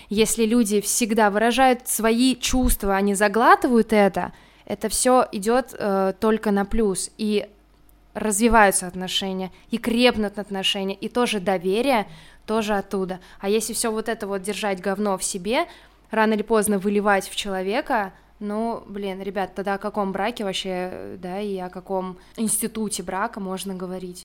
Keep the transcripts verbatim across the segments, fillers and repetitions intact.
Если люди всегда выражают свои чувства, они заглатывают это, это все идет э, только на плюс, и развиваются отношения, и крепнут отношения, и тоже доверие тоже оттуда. А если все вот это вот держать говно в себе, рано или поздно выливать в человека, ну, блин, ребят, тогда о каком браке вообще, да, и о каком институте брака можно говорить?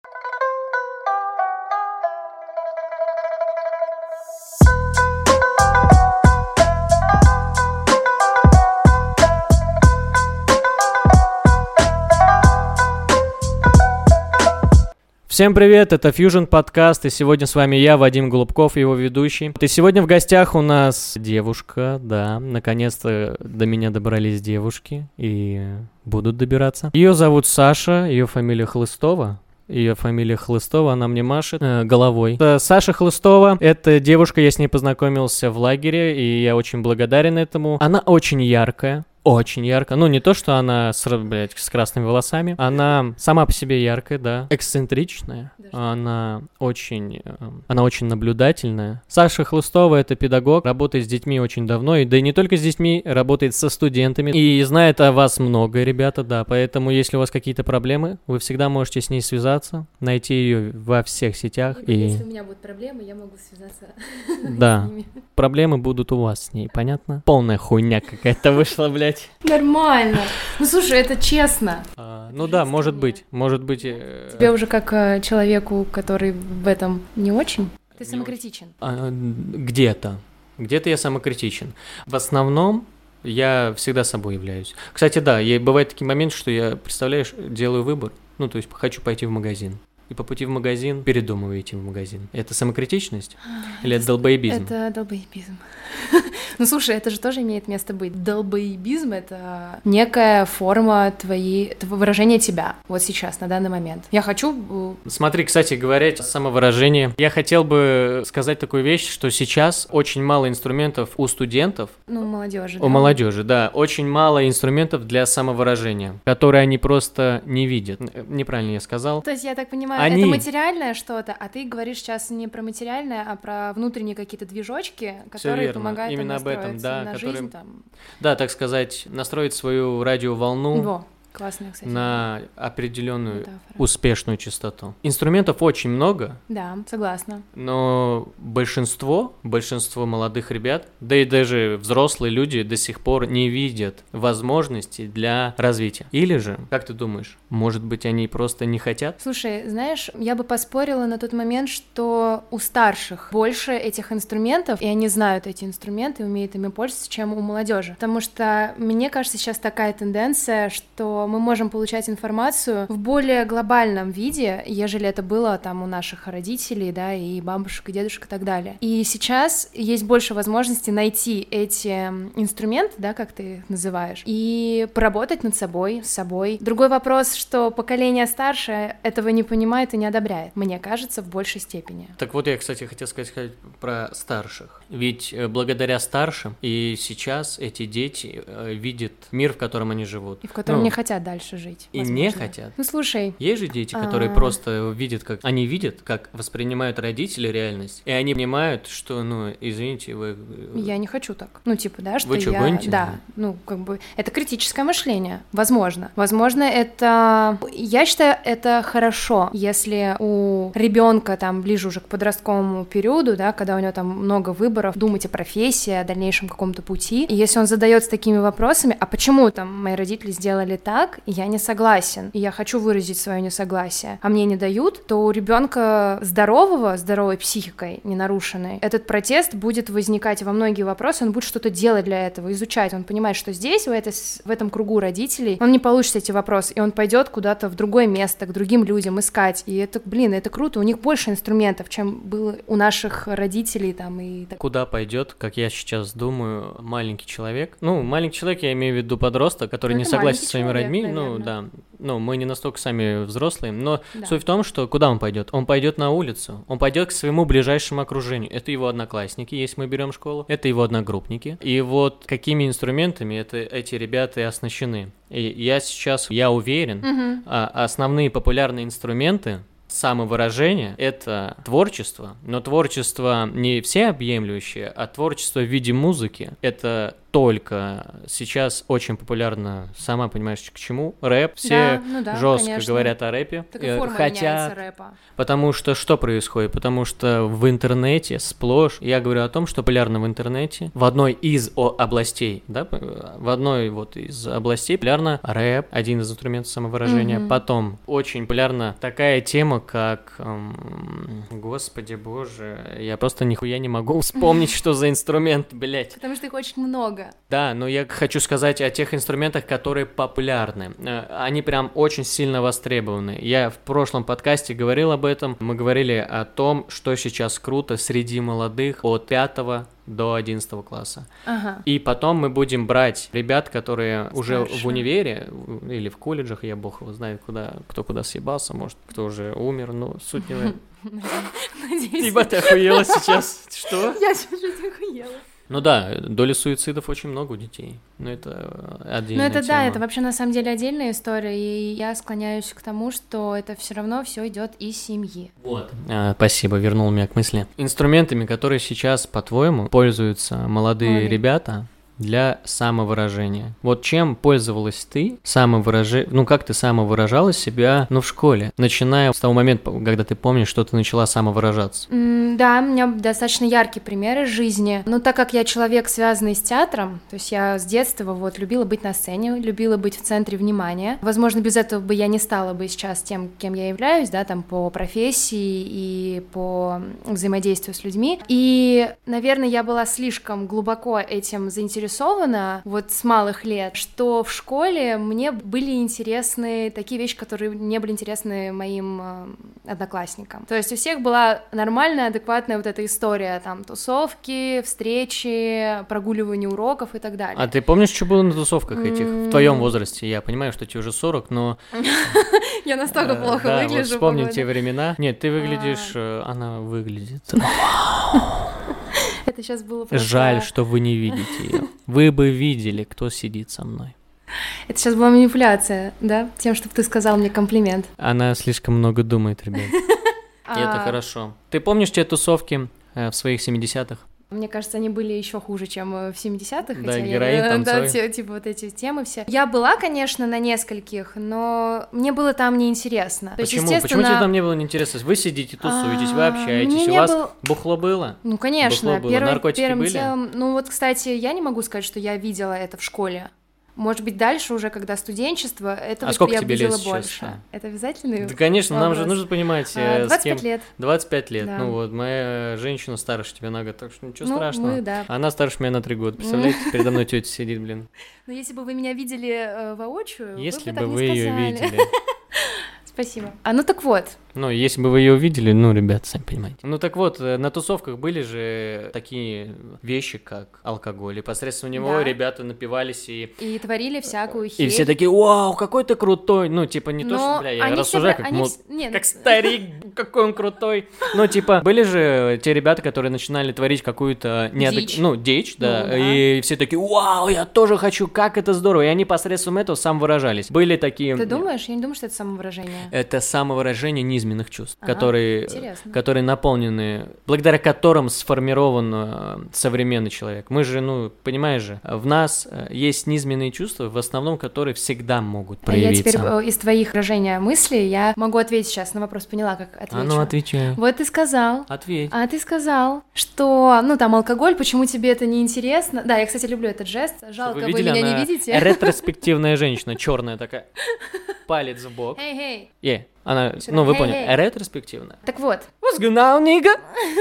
Всем привет, это Fusion подкаст, и сегодня с вами я, Вадим Голубков, его ведущий. И сегодня в гостях у нас девушка, да, наконец-то до меня добрались девушки и будут добираться. Ее зовут Саша, ее фамилия Хлыстова. Ее фамилия Хлыстова, она мне машет э, головой. Саша Хлыстова, это девушка, я с ней познакомился в лагере, и я очень благодарен этому. Она очень яркая. Очень ярко. Ну, не то, что она с, блядь, с красными волосами. Она сама по себе яркая, да. Эксцентричная. Она очень, она очень наблюдательная. Саша Хлыстова — это педагог, работает с детьми очень давно. И, да и не только с детьми, работает со студентами. И знает о вас много, ребята, да. Поэтому, если у вас какие-то проблемы, вы всегда можете с ней связаться, найти ее во всех сетях. И... и... Если у меня будут проблемы, я могу связаться да. с ними. Проблемы будут у вас с ней, понятно? Полная хуйня какая-то вышла, блядь. Нормально. Ну, слушай, это честно. А, ну да, может быть, может быть. Э... Тебе уже как э, человеку, который в этом не очень? Ты самокритичен? А, где-то. Где-то я самокритичен. В основном я всегда собой являюсь. Кстати, да, и бывают такие моменты, что я, представляешь, делаю выбор. Ну, то есть хочу пойти в магазин. И по пути в магазин передумываю идти в магазин. Это самокритичность? Или это долбоебизм? Это долбоебизм. Ну, слушай, это же тоже имеет место быть. Долбоебизм — это некая форма твоей... выражения тебя вот сейчас, на данный момент. Я хочу... Смотри, кстати говоря, самовыражение. Я хотел бы сказать такую вещь, что сейчас очень мало инструментов у студентов. Ну, у молодежи, У да. молодежи, да. Очень мало инструментов для самовыражения, которые они просто не видят. Неправильно я сказал. То есть, я так понимаю, Они... это материальное что-то, а ты говоришь сейчас не про материальное, а про внутренние какие-то движочки, которые помогают именно им об этом, да, на который... жизнь. Там... Да, так сказать, настроить свою радиоволну. Во. Классная, кстати. На определенную метафора. Успешную частоту. Инструментов очень много. Да, согласна. Но большинство, большинство молодых ребят, да и даже взрослые люди до сих пор не видят возможностей для развития. Или же, как ты думаешь, может быть, они просто не хотят? Слушай, знаешь, я бы поспорила на тот момент, что у старших больше этих инструментов, и они знают эти инструменты и умеют ими пользоваться, чем у молодежи. Потому что мне кажется, сейчас такая тенденция, что мы можем получать информацию в более глобальном виде, ежели это было там у наших родителей, да, и бабушек, и дедушек, и так далее. И сейчас есть больше возможности найти эти инструменты, да, как ты их называешь, и поработать над собой, с собой. Другой вопрос, что поколение старшее этого не понимает и не одобряет, мне кажется, в большей степени. Так вот, я, кстати, хотел сказать про старших. Ведь благодаря старшим и сейчас эти дети видят мир, в котором они живут. И в котором ну, не хотят дальше жить. И возможно. не хотят. Ну, слушай. Есть же дети, которые а... просто видят, как... Они видят, как воспринимают родители реальность, и они понимают, что, ну, извините, вы... Я не хочу так. Ну, типа, да, что вы что, я... гоните? Да, ну, как бы... Это критическое мышление. Возможно. Возможно, это... Я считаю, это хорошо, если у ребенка там ближе уже к подростковому периоду, да, когда у него там много выборов, думать о профессии, о дальнейшем каком-то пути, и если он задается такими вопросами, а почему там мои родители сделали так, и я не согласен, и я хочу выразить свое несогласие, а мне не дают, то у ребенка здорового, здоровой психикой, не нарушенной, этот протест будет возникать во многие вопросы, он будет что-то делать для этого, изучать, он понимает, что здесь, в, этой, в этом кругу родителей, он не получит эти вопросы, и он пойдет куда-то в другое место, к другим людям искать, и это, блин, это круто, у них больше инструментов, чем было у наших родителей там и так. Куда пойдет, как я сейчас думаю, маленький человек, ну, маленький человек, я имею в виду подросток, который ну, не согласен со своими родителями. Ну, да, ну, мы не настолько сами взрослые, но да. Суть в том, что куда он пойдет? Он пойдет на улицу, он пойдет к своему ближайшему окружению. Это его одноклассники, если мы берем школу, это его одногруппники. И вот какими инструментами это, эти ребята оснащены. И я сейчас, я уверен, угу. основные популярные инструменты самовыражение — это творчество, но творчество не всеобъемлющее, а творчество в виде музыки — это только сейчас очень популярно, сама понимаешь, к чему, рэп. Все да, ну да, жестко конечно. говорят о рэпе. Так и форма хотят, меняется рэпа. Потому что что происходит? Потому что в интернете сплошь, я говорю о том, что популярно в интернете, в одной из о, областей, да, в одной вот из областей популярно рэп, один из инструментов самовыражения. Mm-hmm. Потом очень популярна такая тема, как, эм, господи боже, я просто нихуя не могу вспомнить, что за инструмент, блять. Потому что их очень много. Да, но я хочу сказать о тех инструментах, которые популярны. Они прям очень сильно востребованы. Я в прошлом подкасте говорил об этом. Мы говорили о том, что сейчас круто среди молодых от пятого до одиннадцатого класса. Ага. И потом мы будем брать ребят, которые Старше. уже в универе или в колледжах, я бог его знает, куда, кто куда съебался, может, кто уже умер, но суть не в этом. Надеюсь. Ибо ты охуела сейчас. Что? Я чуть-чуть охуела. Ну да, доля суицидов очень много у детей, но это отдельная Ну это тема. да, это вообще на самом деле отдельная история, и я склоняюсь к тому, что это все равно все идет из семьи. Вот. А, спасибо, вернул меня к мысли. Инструментами, которые сейчас, по-твоему, пользуются молодые Молодые. ребята для самовыражения. Вот чем пользовалась ты самовыраже... ну как ты самовыражала себя, ну в школе, начиная с того момента, когда ты помнишь, что ты начала самовыражаться? Mm, да, у меня достаточно яркие примеры жизни. Но так как я человек, связанный с театром, то есть я с детства вот любила быть на сцене, любила быть в центре внимания. Возможно, без этого бы я не стала бы сейчас тем, кем я являюсь, да, там по профессии и по взаимодействию с людьми. И, наверное, я была слишком глубоко этим заинтересована вот с малых лет, что в школе мне были интересны такие вещи, которые не были интересны моим э, одноклассникам. То есть у всех была нормальная, адекватная вот эта история, там, тусовки, встречи, прогуливание уроков и так далее. А ты помнишь, что было на тусовках этих в твоем возрасте? Я понимаю, что тебе уже сорок, но... Я настолько плохо да, выгляжу. Вот вспомни те времена. Нет, ты выглядишь... Она выглядит... Это сейчас было просто... Жаль, что вы не видите ее. Вы бы видели, кто сидит со мной. Это сейчас была манипуляция, да? Тем, чтобы ты сказал мне комплимент. Она слишком много думает, ребят. И это хорошо. Ты помнишь те тусовки в своих семидесятых? Мне кажется, они были еще хуже, чем в семидесятых. Да, героин, танцой. Да, те, типа вот эти темы все. Я была, конечно, на нескольких, но мне было там неинтересно. Почему? То есть, естественно... Почему тебе там не было неинтересно? Вы сидите, тусуетесь, вы общаетесь, у вас был... бухло было? Ну, конечно. Бухло было. Первым, Наркотики первым были? Делом... Ну, вот, кстати, я не могу сказать, что я видела это в школе. Может быть, дальше уже, когда студенчество, этого а сколько я тебе видела лет больше. Сейчас, да? Это обязательно? Да, конечно, вопрос. нам же нужно понимать, а, двадцать пять с кем... лет. двадцать пять лет. Да. Ну вот, моя женщина старше тебя на год, так что ничего ну, страшного. Мы, да. Она старше меня на три года. Представляете, передо мной тетя сидит, блин. Ну, если бы вы меня видели э, воочию, если вы бы, бы так вы не ее сказали. видели. Спасибо. А ну так вот. Ну, если бы вы ее видели, ну, ребят, сами понимаете. Ну, так вот, на тусовках были же такие вещи, как алкоголь, и посредством него да. ребята напивались и... И творили всякую херь. И все такие, вау, какой ты крутой. Ну, типа, не Но то, что, бля, я они рассуждаю, себя... как, они... мол... Нет. как старик, какой он крутой. Ну, типа, были же те ребята, которые начинали творить какую-то... Неадек... Дичь. Ну, дичь, да. Ну, да. И все такие, вау, я тоже хочу, как это здорово. И они посредством этого самовыражались. Были такие... Ты думаешь? Я не думаю, что это самовыражение. Это самовыражение низменных чувств, Ага, которые, которые наполнены, благодаря которым сформирован э, современный человек. Мы же, ну, понимаешь же, в нас есть низменные чувства, в основном, которые всегда могут проявиться. Я теперь э, из твоих выражения мыслей я могу ответить сейчас на вопрос, поняла, как отвечу. А ну, отвечай. Вот ты сказал. Ответь. А ты сказал, что, ну, там, алкоголь, почему тебе это не интересно? Да, я, кстати, люблю этот жест. Жалко, вы, вы, видели, вы меня она не видите. Ретроспективная женщина, черная такая, палец в бок. Эй, эй. Yeah. Она, ну, вы hey, поняли, hey. ретроспективно. Так вот. What's going on, nigga?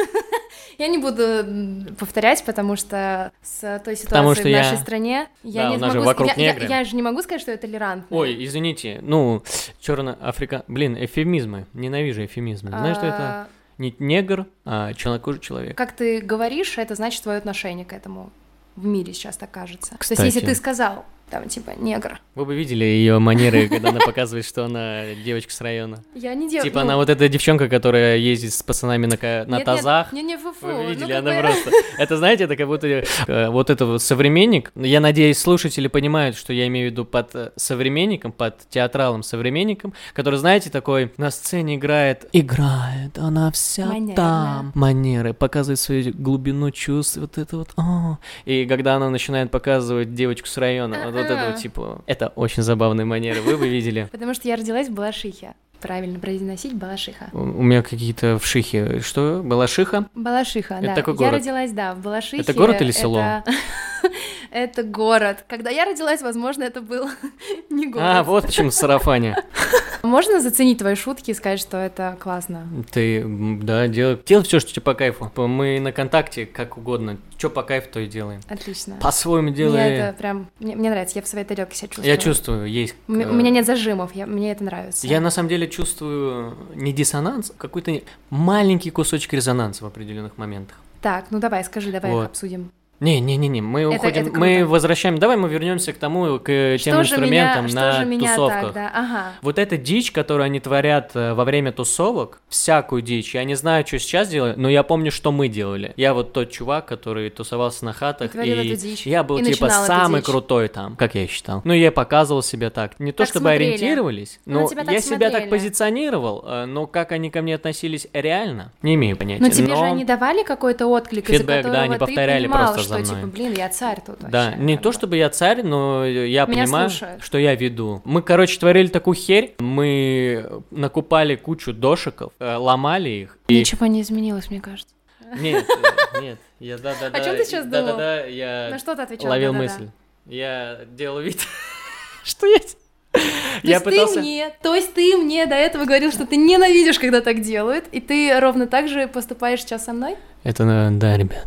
Я не буду повторять, потому что с той ситуацией Потому что в нашей я... стране я да, не у нас смогу... же вокруг я, негры. Я, я же не могу сказать, что это толерантно. Ой, извините, ну, черно-африка... Блин, эвфемизмы. Ненавижу эвфемизмы. Знаешь, что это? Не негр, а чернокожий человек. Как ты говоришь, это значит твое отношение к этому. В мире сейчас так кажется. Кстати. То есть, если ты сказал, там, типа, негр. Вы бы видели ее манеры, когда она показывает, что она девочка с района. Я не делаю. Типа она вот эта девчонка, которая ездит с пацанами на, ка- на Нет, тазах. Не, не, фу-фу. Вы видели, ну, она бы... просто... Это, знаете, это как будто э, вот это вот современник. Я надеюсь, слушатели понимают, что я имею в виду под э, современником, под театралом-современником, который, знаете, такой на сцене играет. Играет, она вся Манерная. там. Манеры, показывает свою глубину чувств, вот это вот. О. И когда она начинает показывать девочку с района, вот, вот это вот, типа, это очень забавные манеры, вы бы видели. Потому что я родилась в Балашихе. Правильно произносить Балашиха. У, у меня какие-то вшихи. Что? Балашиха? Балашиха, это да. Такой я город? родилась, да, в Балашихе. Это город или село? Это... это город. Когда я родилась, возможно, это был не город. А, вот почему сарафане. Можно заценить твои шутки и сказать, что это классно? Ты, да, делай, делай все, что тебе по кайфу. Мы на контакте, как угодно. Что по кайфу, то и делаем. Отлично. По-своему делаем. Мне это прям... Мне, мне нравится, я в своей тарелке себя чувствую. Я чувствую, есть... У меня нет зажимов, я, мне это нравится. Я на самом деле чувствую не диссонанс, а какой-то маленький кусочек резонанса в определенных моментах. Так, ну давай, скажи, давай вот. их обсудим. Не-не-не-не, мы это, уходим, это мы возвращаем, давай мы вернемся к тому, к что тем инструментам меня, на что же меня тусовках. Так, да? Ага. Вот эта дичь, которую они творят во время тусовок, всякую дичь, я не знаю, что сейчас делают, но я помню, что мы делали. Я вот тот чувак, который тусовался на хатах, и, и я был и типа самый крутой там, как я считал. Ну, я показывал себя так. Не так то чтобы смотрели. Ориентировались, но ну, я так себя так позиционировал, но как они ко мне относились реально, не имею понятия. Но тебе но... же они давали какой-то отклик, фидбэк, из-за которого да, они ты повторяли понимал, просто что, за мной. типа, блин, я царь тут вообще. Да, не то чтобы я царь, но я Меня понимаю, слушают. что я веду. Мы, короче, творили такую херь, мы накупали кучу дошиков, ломали их. Ничего и... не изменилось, мне кажется. Нет, нет, я да-да-да. О чем ты сейчас думал? Да-да-да, я На что ты отвечал? ловил да-да-да. мысль. Я делал вид, что я... То я есть пытался... ты мне, то есть ты мне до этого говорил, что ты ненавидишь, когда так делают, и ты ровно так же поступаешь сейчас со мной? Это, да, ребят.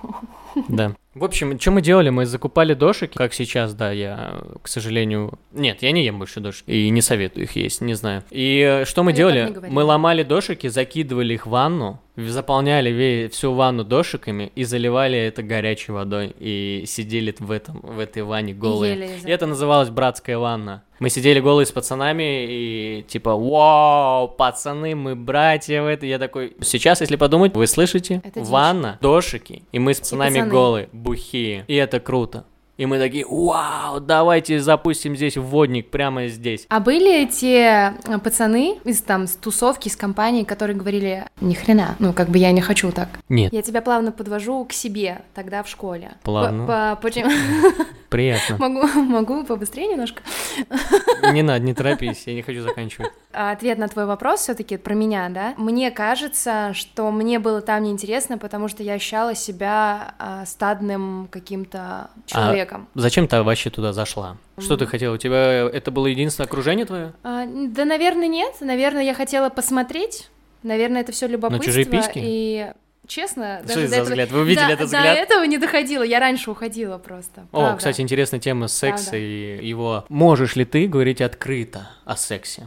Да. В общем, что мы делали? Мы закупали дошики, как сейчас, да, я, к сожалению... Нет, я не ем больше дошек, и не советую их есть, не знаю. И что мы я делали? Мы ломали дошики, закидывали их в ванну, заполняли всю ванну дошиками и заливали это горячей водой, и сидели в, этом, в этой ванне голые. И это называлось братская ванна. Мы сидели голые с пацанами и типа, вау, пацаны, мы братья в это. Я такой, сейчас, если подумать, вы слышите? Это ванна, дошики, и мы с пацанами пацаны. голые, бухие. И это круто. И мы такие, вау, давайте запустим здесь вводник прямо здесь. А были те пацаны из там с тусовки, с компании, которые говорили, ни хрена, ну как бы я не хочу так. Нет. Я тебя плавно подвожу к себе тогда в школе. Плавно? Почему? Приятно. Могу, могу побыстрее немножко? Не надо, не торопись, я не хочу заканчивать. Ответ на твой вопрос все-таки про меня, да? Мне кажется, что мне было там неинтересно, потому что я ощущала себя а, стадным каким-то человеком. А зачем ты вообще туда зашла? Что mm. ты хотела? У тебя это было единственное окружение твое? А, да, наверное, нет. Наверное, я хотела посмотреть. Наверное, это все любопытство. На чужие письки? И честно, что даже это до за этого... взгляд? Вы увидели до, этот взгляд? До этого не доходило. Я раньше уходила просто. О, правда. кстати, интересная тема секса правда. И его. Можешь ли ты говорить открыто о сексе?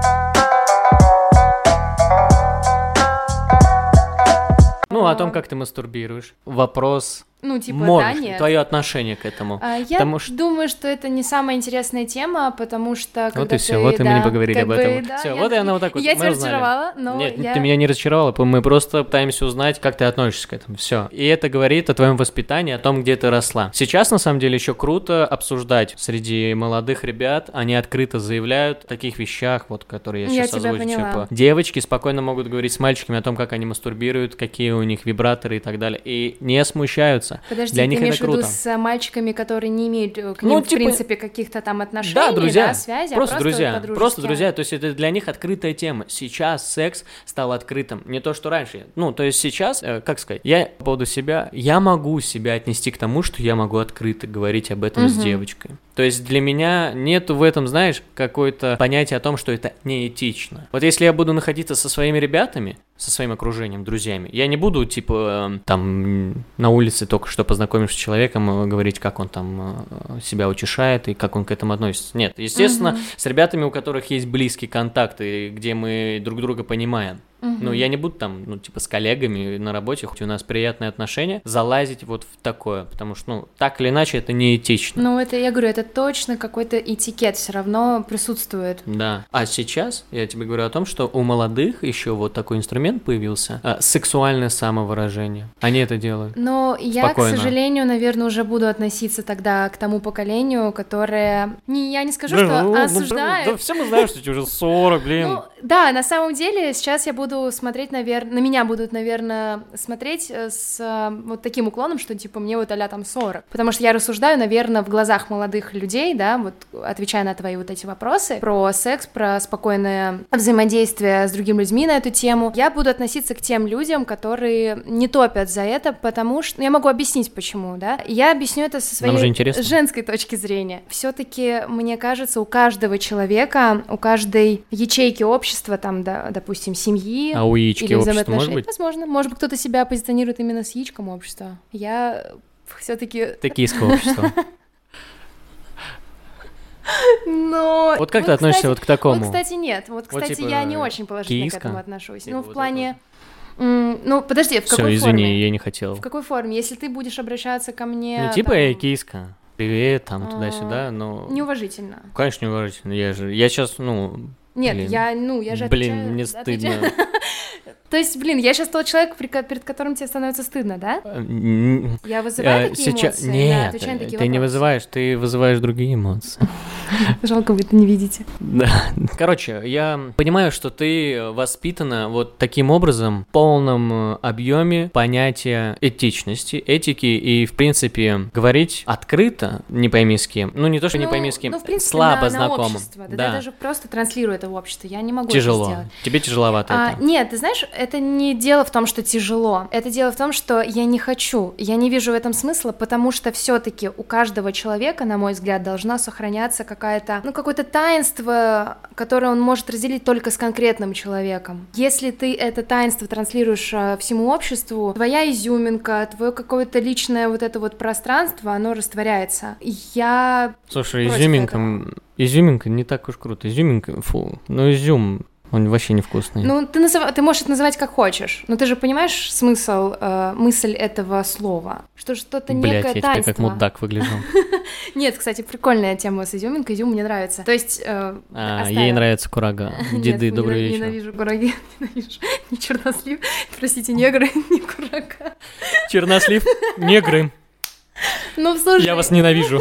Ну, о том, как ты мастурбируешь. Вопрос. Ну, типа, можешь, да, нет. Твое отношение к этому. А, я потому что... думаю, что это не самая интересная тема, потому что... Вот и все, ты, вот да, и мы не поговорили как об бы, этом. Да, все, я, вот и она вот так вот. Я мы тебя узнали. разочаровала, но Нет, я... ты меня не разочаровала, мы просто пытаемся узнать, как ты относишься к этому. Все. И это говорит о твоем воспитании, о том, где ты росла. Сейчас, на самом деле, еще круто обсуждать среди молодых ребят. Они открыто заявляют о таких вещах, вот, которые я Я сейчас тебя озвучу. поняла. Типа, девочки спокойно могут говорить с мальчиками о том, как они мастурбируют, какие у них вибраторы и так далее. И не смущаются. Подожди, Для ты них имеешь это в виду круто. с мальчиками, которые не имеют к Ну, ним, типа... в принципе, каких-то там отношений, Да, друзья, да, связи, просто, а просто друзья, по-дружески. просто друзья, то есть это для них открытая тема. Сейчас секс стал открытым, не то, что раньше. Ну, то есть сейчас, э, как сказать, я по поводу себя, я могу себя отнести к тому, что я могу открыто говорить об этом угу. с девочкой. То есть для меня нету в этом, знаешь, какое-то понятие о том, что это неэтично. Вот если я буду находиться со своими ребятами, со своим окружением, друзьями, я не буду, типа, там, на улице только что познакомившись с человеком, говорить, как он там себя утешает и как он к этому относится. Нет, естественно, mm-hmm. с ребятами, у которых есть близкий контакт, и где мы друг друга понимаем. Угу. Ну, я не буду там, ну, типа, с коллегами на работе, хоть у нас приятные отношения, залазить вот в такое, потому что, ну, так или иначе, это неэтично. Ну, это, я говорю, это точно какой-то этикет все равно присутствует. Да. А сейчас я тебе говорю о том, что у молодых еще вот такой инструмент появился, а, сексуальное самовыражение. Они это делают. Но я, спокойно. К сожалению, наверное, уже буду относиться тогда к тому поколению, которое... Не, я не скажу, да, что ну, осуждает. Ну, да все мы знаем, что тебе уже сорок, блин. Ну, да, на самом деле, сейчас я буду смотреть, наверное, на меня будут, наверное, смотреть с вот таким уклоном, что, типа, мне вот а-ля там сорок. Потому что я рассуждаю, наверное, в глазах молодых людей, да, вот отвечая на твои вот эти вопросы про секс, про спокойное взаимодействие с другими людьми на эту тему, я буду относиться к тем людям, которые не топят за это, потому что... Я могу объяснить, почему, да? Я объясню это со своей женской точки зрения. Все-таки, мне кажется, у каждого человека, у каждой ячейки общества, там, да, допустим, семьи... А у яички общества может быть? Возможно. Может быть, кто-то себя позиционирует именно с яичком общества. Я все-таки... Токийское общество. Но... Вот как вот, ты относишься вот к такому? Вот, кстати, нет. Вот, кстати, вот, типа, я не очень положительно киска? к этому отношусь. Типа ну, в вот плане... М- ну, подожди, в Всё, какой извини, форме? я не хотел. В какой форме? Если ты будешь обращаться ко мне... Ну, типа, там... эй, киска, привет, там, туда-сюда, но... Неуважительно. Конечно, неуважительно. Я же... Я сейчас, ну... Нет, блин. я, ну, я же Блин, отвечаю... мне стыдно. То есть, блин, я сейчас тот человек, перед которым тебе становится стыдно, да? Я вызываю такие эмоции? Нет, ты не вызываешь, ты вызываешь другие эмоции. Жалко, вы это не видите. Да. Короче, я понимаю, что ты воспитана вот таким образом, в полном объеме понятия этичности, этики и, в принципе, говорить открыто, не пойми с кем, ну не то, что ну, не пойми с кем, ну, в принципе, слабо на, знакомым. На общество, да, да. Я даже просто транслирую это в общество, я не могу Тяжело. это сделать. Тебе тяжеловато а, это? Нет, ты знаешь, это не дело в том, что тяжело, это дело в том, что я не хочу, я не вижу в этом смысла, потому что все-таки у каждого человека, на мой взгляд, должна сохраняться какая-то, ну, какое-то таинство, которое он может разделить только с конкретным человеком. Если ты это таинство транслируешь а, всему обществу, твоя изюминка, твое какое-то личное вот это вот пространство, оно растворяется. Я Слушай, изюминка, этого. изюминка не так уж круто. Изюминка, фу, ну изюм... Он вообще невкусный. Ну, ты, назыв... ты можешь это называть как хочешь, но ты же понимаешь смысл, э, мысль этого слова? Что что-то Блядь, некое я таинство. Блядь, я как мудак выгляжу. Нет, кстати, прикольная тема с изюминкой, изюм мне нравится. То есть... А, ей нравится курага. Деды, добрый вечер. Ненавижу кураги, ненавижу. Не чернослив, простите, негры, не курага. Чернослив, негры. Ну, слушай... Я вас ненавижу.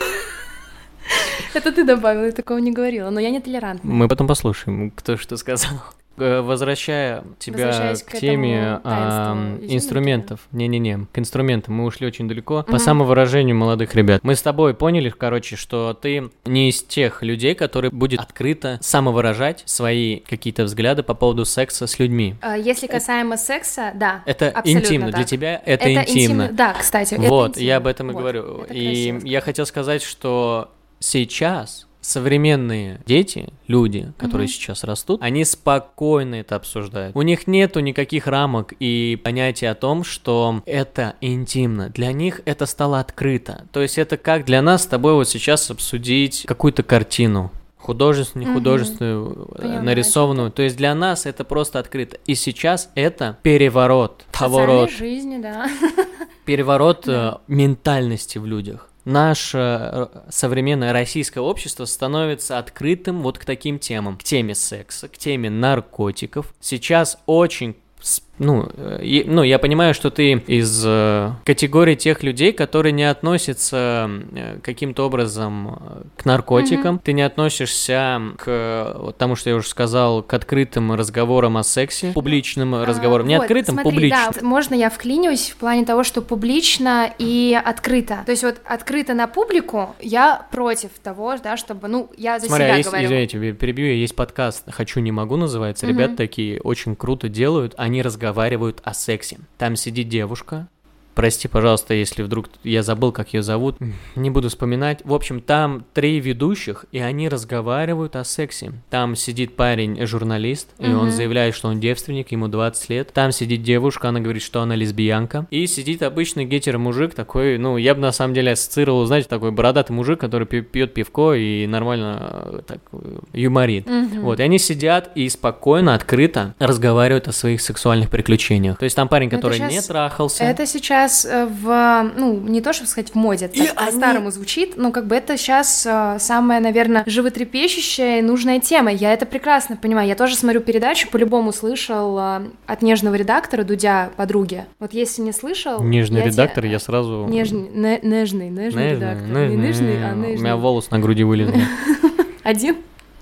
Это ты добавила, я такого не говорила, но я не толерантна. Мы потом послушаем, кто что сказал. Возвращая тебя к, к теме а, инструментов. Не-не-не, к инструментам. Мы ушли очень далеко. Угу. По самовыражению молодых ребят. Мы с тобой поняли, короче, что ты не из тех людей, которые будет открыто самовыражать свои какие-то взгляды по поводу секса с людьми. Если касаемо это... секса, да. Это интимно. Так. Для тебя это, это интимно. интимно. Да, кстати. Вот, это я об этом и вот. говорю. И я хотел сказать, что сейчас современные дети, люди, которые угу. сейчас растут, они спокойно это обсуждают. У них нету никаких рамок и понятия о том, что это интимно. Для них это стало открыто. То есть это как для нас с тобой вот сейчас обсудить какую-то картину. Художественную, не художественную, угу. нарисованную. То есть для нас это просто открыто. И сейчас это переворот. Социальной жизни, да. Переворот да. ментальности в людях. Наше современное российское общество становится открытым вот к таким темам. К теме секса, к теме наркотиков. Сейчас очень... Ну, и, ну, я понимаю, что ты из э, категории тех людей, которые не относятся э, каким-то образом к наркотикам, mm-hmm. ты не относишься к вот, тому, что я уже сказал, к открытым разговорам о сексе, публичным а, разговорам, не вот, открытым, смотри, публичным. Да, можно я вклинюсь в плане того, что публично и открыто. То есть вот открыто на публику я против того, да, чтобы, ну, я за Смотри, себя есть, говорю. Извините, перебью, есть подкаст «Хочу, не могу» называется, mm-hmm. ребята такие очень круто делают, они разговаривают о сексе. Там сидит девушка, прости, пожалуйста, если вдруг я забыл, как ее зовут, не буду вспоминать. В общем, там три ведущих, и они разговаривают о сексе. Там сидит парень-журналист, и mm-hmm. он заявляет, что он девственник, ему двадцать лет. Там сидит девушка, она говорит, что она лесбиянка. И сидит обычный гетеро-мужик, такой, ну, я бы на самом деле ассоциировал, знаете, такой бородатый мужик, который пьет пивко и нормально так юморит. Mm-hmm. Вот, и они сидят и спокойно, открыто разговаривают о своих сексуальных приключениях. То есть там парень, который сейчас, не трахался. Это сейчас в, ну, не то, чтобы сказать, в моде, это так они... по-старому звучит, но как бы это сейчас самая, наверное, животрепещущая и нужная тема. Я это прекрасно понимаю. Я тоже смотрю передачу, по-любому слышал от нежного редактора Дудя подруги. Вот если не слышал... Нежный я редактор, те... я сразу... Нежный, не, нежный, нежный, нежный редактор. Нежный, не нежный, а нежный. У меня волос на груди вылезли. Один?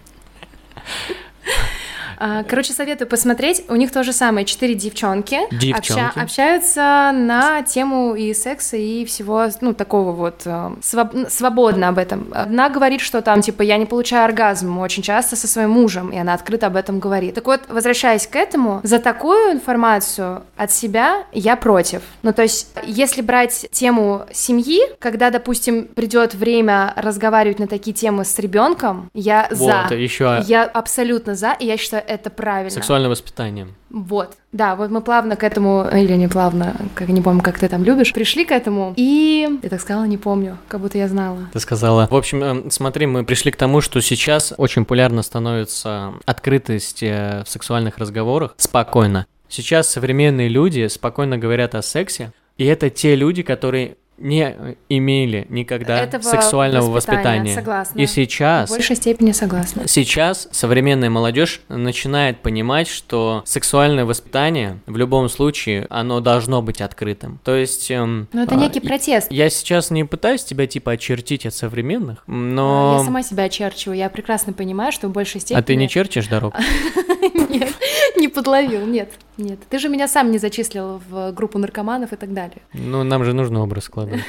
Короче, советую посмотреть. У них то же самое. Четыре девчонки, девчонки. Обща- общаются на тему и секса, и всего, ну, такого вот своб- свободно об этом. Она говорит, что там, типа, я не получаю оргазм очень часто со своим мужем, и она открыто об этом говорит. Так вот, возвращаясь к этому, за такую информацию от себя я против. Ну, то есть, если брать тему семьи, когда, допустим, придет время разговаривать на такие темы с ребенком, я вот, за. Еще... Я абсолютно за, и я считаю, это правильно. Сексуальное воспитание. Вот, да, вот мы плавно к этому, или не плавно, как не помню, как ты там любишь, пришли к этому, и я так сказала, не помню, как будто я знала. Ты сказала. В общем, смотри, мы пришли к тому, что сейчас очень популярно становится открытость в сексуальных разговорах спокойно. Сейчас современные люди спокойно говорят о сексе, и это те люди, которые не имели никогда этого сексуального воспитания. Согласна. И сейчас... В большей степени согласна. Сейчас современная молодежь начинает понимать, что сексуальное воспитание в любом случае, оно должно быть открытым. То есть... Эм, но это некий э, протест. Я сейчас не пытаюсь тебя типа очертить от современных, но... Я сама себя очерчиваю. Я прекрасно понимаю, что в большей степени... А ты не черчишь дорог? Нет, не подловил, нет. Нет, ты же меня сам не зачислил в группу наркоманов и так далее. Ну, нам же нужно образ складывать.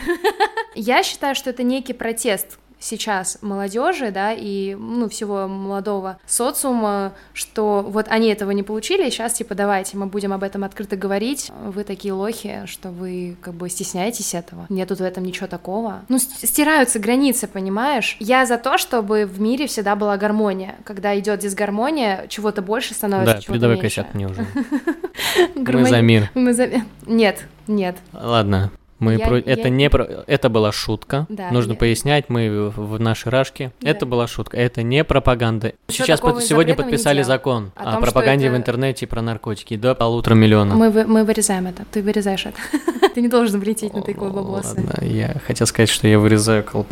Я считаю, что это некий протест сейчас молодежи, да, и, ну, всего молодого социума, что вот они этого не получили, и сейчас, типа, давайте, мы будем об этом открыто говорить, вы такие лохи, что вы, как бы, стесняетесь этого, нету в этом ничего такого. Ну, стираются границы, понимаешь? Я за то, чтобы в мире всегда была гармония. Когда идет дисгармония, чего-то больше становится, да, чего-то передавай меньше. косяк мне уже. Мы за мир. Мы за... Нет, нет. Ладно. Мы я, про... я... Это не про... Это была шутка. Да, Нужно я... пояснять, мы в, в нашей рашке. Да. Это была шутка. Это не пропаганда. Ничего Сейчас под... сегодня подписали закон о, том, о пропаганде это... в интернете про наркотики до полутора миллионов. Мы, вы... мы вырезаем это. Ты вырезаешь это. Ты не должен влететь на тыкву бабосы. Ладно, я хотел сказать, что я вырезаю колпак.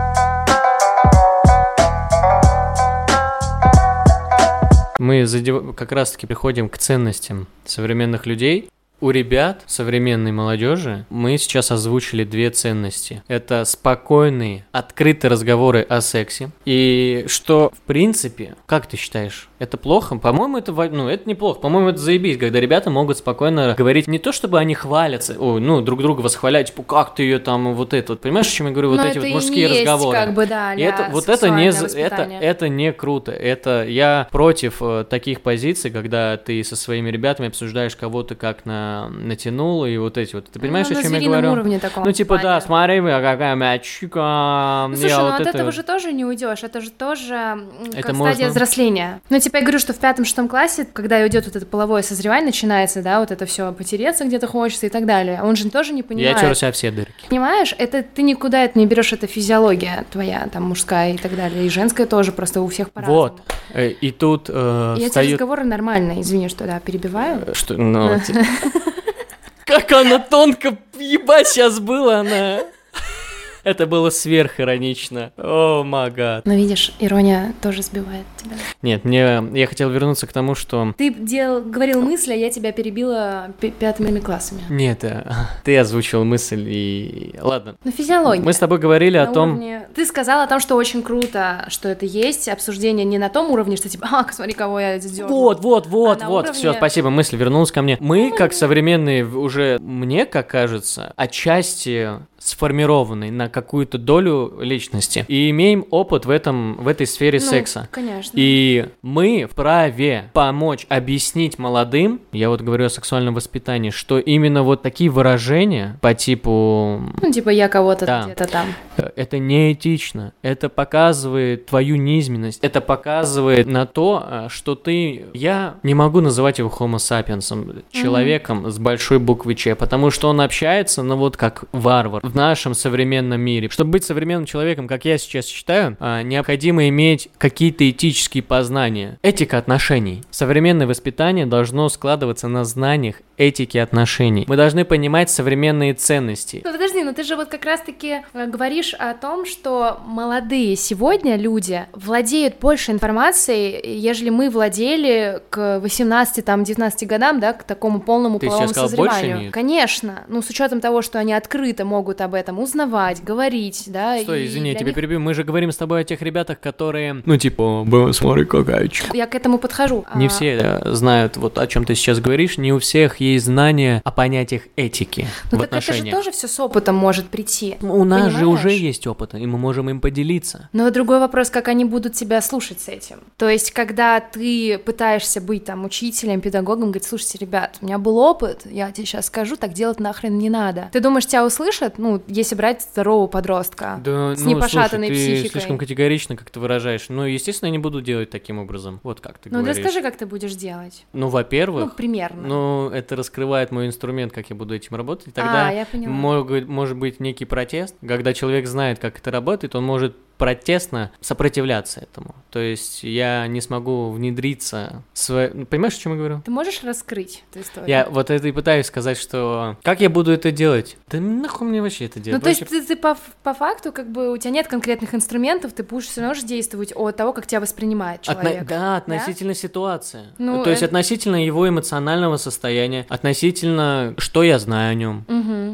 Мы задев... как раз-таки приходим к ценностям современных людей. У ребят, современной молодежи, мы сейчас озвучили две ценности. Это спокойные, открытые разговоры о сексе. И что, в принципе, как ты считаешь, это плохо? По-моему, это, ну, это неплохо. По-моему, это заебись, когда ребята могут спокойно говорить не то, чтобы они хвалятся, ой, ну, друг друга восхвалять, типа, как ты ее там, вот это. Вот, понимаешь, о чем я говорю? Вот но эти вот мужские есть, разговоры. Как бы, да, и это, вот это не, это, это не круто. Это я против э, таких позиций, когда ты со своими ребятами обсуждаешь кого-то как на натянула и вот эти вот. Ты понимаешь, ну, о чем я говорю? Уровне таком ну, типа, плане. Да, смотри, вы, какая мячика. Ну, слушай, я ну вот от это... этого же тоже не уйдешь. Это же тоже это как можно... стадия взросления. Ну, типа, я говорю, что в пятом-шестом классе, когда идет вот это половое созревание, начинается, да, вот это все потереться где-то хочется и так далее. Он же тоже не понимает. Я теру себя все дырки. Понимаешь, это ты никуда это не берешь, это физиология твоя, там, мужская и так далее. И женская тоже, просто у всех по-разному. Вот. И тут э, и встают... эти разговоры нормальные. Извини, что, да, перебиваю. Что, ну... Как она тонко, ебать, сейчас было она. Это было сверхиронично. О, май гад. Но видишь, ирония тоже сбивает тебя. Нет, мне я хотел вернуться к тому, что... Ты делал, говорил мысль, а я тебя перебила пятыми классами. Нет, ты озвучил мысль и... Ладно. Ну, физиология. Мы с тобой говорили о том... Уровне... Ты сказала о том, что очень круто, что это есть, обсуждение не на том уровне, что типа, а, смотри, кого я сделала. Вот, вот, вот, а вот, уровне... все, спасибо, мысль вернулась ко мне. Мы, как современные, уже, мне, как кажется, отчасти сформированные на какую-то долю личности и имеем опыт в этом, в этой сфере ну, секса. Конечно. И мы вправе помочь объяснить молодым, я вот говорю о сексуальном воспитании, что именно вот такие выражения по типу... Ну, типа я кого-то да, где-то там. Это неэтично, это показывает твою низменность, это показывает на то, что ты... Я не могу называть его homo sapiensом, человеком mm-hmm. с большой буквы Ч, потому что он общается, ну вот как варвар в нашем современном мире. Чтобы быть современным человеком, как я сейчас считаю, необходимо иметь какие-то этические познания. Этика отношений. Современное воспитание должно складываться на знаниях этики отношений. Мы должны понимать современные ценности. Ну подожди, но ты же вот как раз-таки говоришь о том, что молодые сегодня люди владеют больше информацией, ежели мы владели к восемнадцати, там, девятнадцати годам, да, к такому полному ты половому сказал, созреванию. Больше Конечно, ну с учетом того, что они открыто могут об этом узнавать, говорить, да. Стой, извини, я тебе них... перебью, мы же говорим с тобой о тех ребятах, которые, ну типа, смотри, какая ч... Я к этому подхожу. Не а... все знают, вот о чем ты сейчас говоришь, не у всех есть знания о понятиях этики ну, в так отношениях. Это же тоже все с опытом может прийти. У нас понимаешь? же уже есть опыт, и мы можем им поделиться. Но другой вопрос, как они будут тебя слушать с этим. То есть, когда ты пытаешься быть там учителем, педагогом, говорить, слушайте, ребят, у меня был опыт, я тебе сейчас скажу, так делать нахрен не надо. Ты думаешь, тебя услышат? Ну, если брать здорового подростка да, с ну, непошатанной слушай, психикой. Ты слишком категорично как ты выражаешь. Ну, естественно, я не буду делать таким образом. Вот как ты ну, говоришь. Ну, расскажи, как ты будешь делать. Ну, во-первых... Ну, примерно. Ну, это раскрывает мой инструмент, как я буду этим работать. И тогда а, я поняла. Может, может быть некий протест. Когда человек знает, как это работает, он может протестно сопротивляться этому. То есть я не смогу внедриться... Сво... Понимаешь, о чем я говорю? Ты можешь раскрыть эту историю? Я вот это и пытаюсь сказать, что... Как я буду это делать? Да нахуй мне вообще это делать? Ну, то вообще... есть ты, ты по, по факту, как бы, у тебя нет конкретных инструментов, ты будешь все равно же действовать от того, как тебя воспринимает человек. Отно... Да, относительно да? ситуации. Ну, то есть это... относительно его эмоционального состояния, относительно, что я знаю о нем. Угу.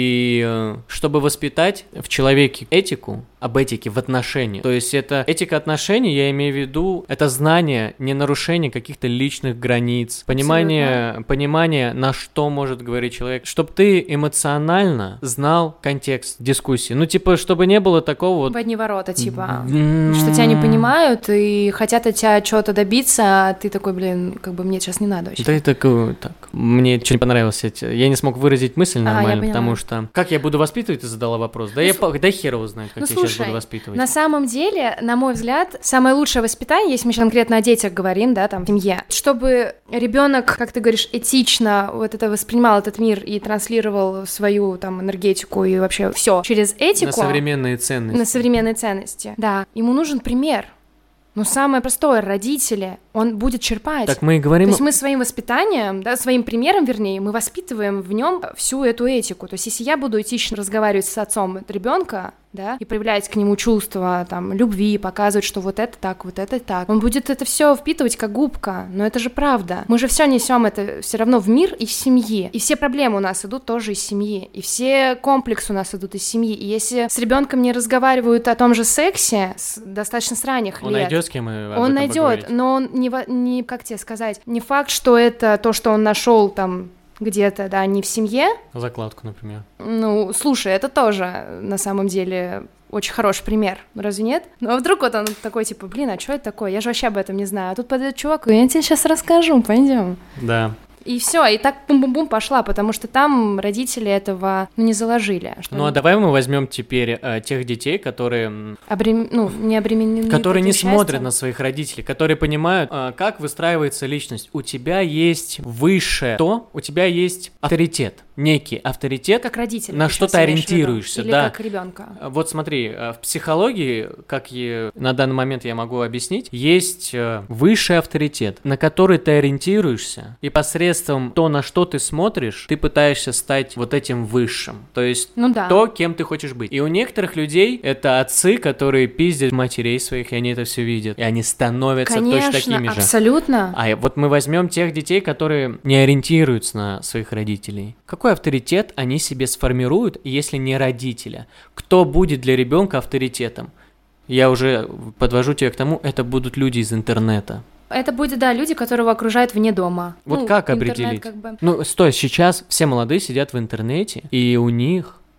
И чтобы воспитать в человеке этику, об этике в отношениях. То есть это этика отношений, я имею в виду, это знание, не нарушение каких-то личных границ, понимание, понимание, на что может говорить человек, чтобы ты эмоционально знал контекст дискуссии. Ну, типа, чтобы не было такого вот... В одни ворота, типа, что тебя не понимают и хотят от тебя чего-то добиться, а ты такой, блин, как бы мне сейчас не надо вообще. Да, это так. Мне что не понравилось, я не смог выразить мысль нормально, а, потому что... Как я буду воспитывать, ты задала вопрос. Да, ну, я, да хер его знает, как ну, я слушай, сейчас буду воспитывать. На самом деле, на мой взгляд, самое лучшее воспитание, если мы сейчас конкретно о детях говорим, да, там, в семье, чтобы ребенок, как ты говоришь, этично вот это воспринимал этот мир и транслировал свою там энергетику и вообще все через этику. На современные ценности. На современные ценности, да. Ему нужен пример. Ну, самое простое, родители, он будет черпать. Так мы и говорим... То есть мы своим воспитанием, да, своим примером, вернее, мы воспитываем в нем всю эту этику. То есть если я буду этично разговаривать с отцом ребенка, да, и проявлять к нему чувства, там, любви, показывать, что вот это так, вот это так, он будет это все впитывать как губка, но это же правда. Мы же все несем это все равно в мир из семьи, и все проблемы у нас идут тоже из семьи, и все комплексы у нас идут из семьи, и если с ребенком не разговаривают о том же сексе с, достаточно с ранних он лет, найдет с кем об он этом найдет, поговорить. Но он не, не, как тебе сказать, не факт, что это то, что он нашел там где-то, да, не в семье. Закладку, например. Ну, слушай, это тоже на самом деле очень хороший пример, разве нет? Ну, а вдруг вот он такой, типа, блин, а что это такое? Я же вообще об этом не знаю. А тут подойдет чувак, и я тебе сейчас расскажу, пойдем. Да. И все, и так бум-бум-бум пошла, потому что там родители этого ну, не заложили. Что... Ну а давай мы возьмем теперь э, тех детей, которые... Обрем... Ну, не обременены. Которые не счастьем. смотрят на своих родителей, которые понимают, э, как выстраивается личность. У тебя есть высшее то, у тебя есть авторитет. Некий авторитет, как родитель, на что ты ориентируешься, или да. как ребенка. Вот смотри, в психологии, как я, на данный момент я могу объяснить, есть высший авторитет, на который ты ориентируешься, и посредством то, на что ты смотришь, ты пытаешься стать вот этим высшим, то есть ну, да. то, кем ты хочешь быть. И у некоторых людей это отцы, которые пиздят матерей своих, и они это все видят, и они становятся Конечно, точно такими же. Абсолютно. А вот мы возьмем тех детей, которые не ориентируются на своих родителей. Какой авторитет они себе сформируют, если не родителя? Кто будет для ребенка авторитетом? Я уже подвожу тебя к тому, это будут люди из интернета. Это будет, да, люди, которого окружают вне дома. Вот ну, как определить? Как бы... Ну, стой, сейчас все молодые сидят в интернете, и у них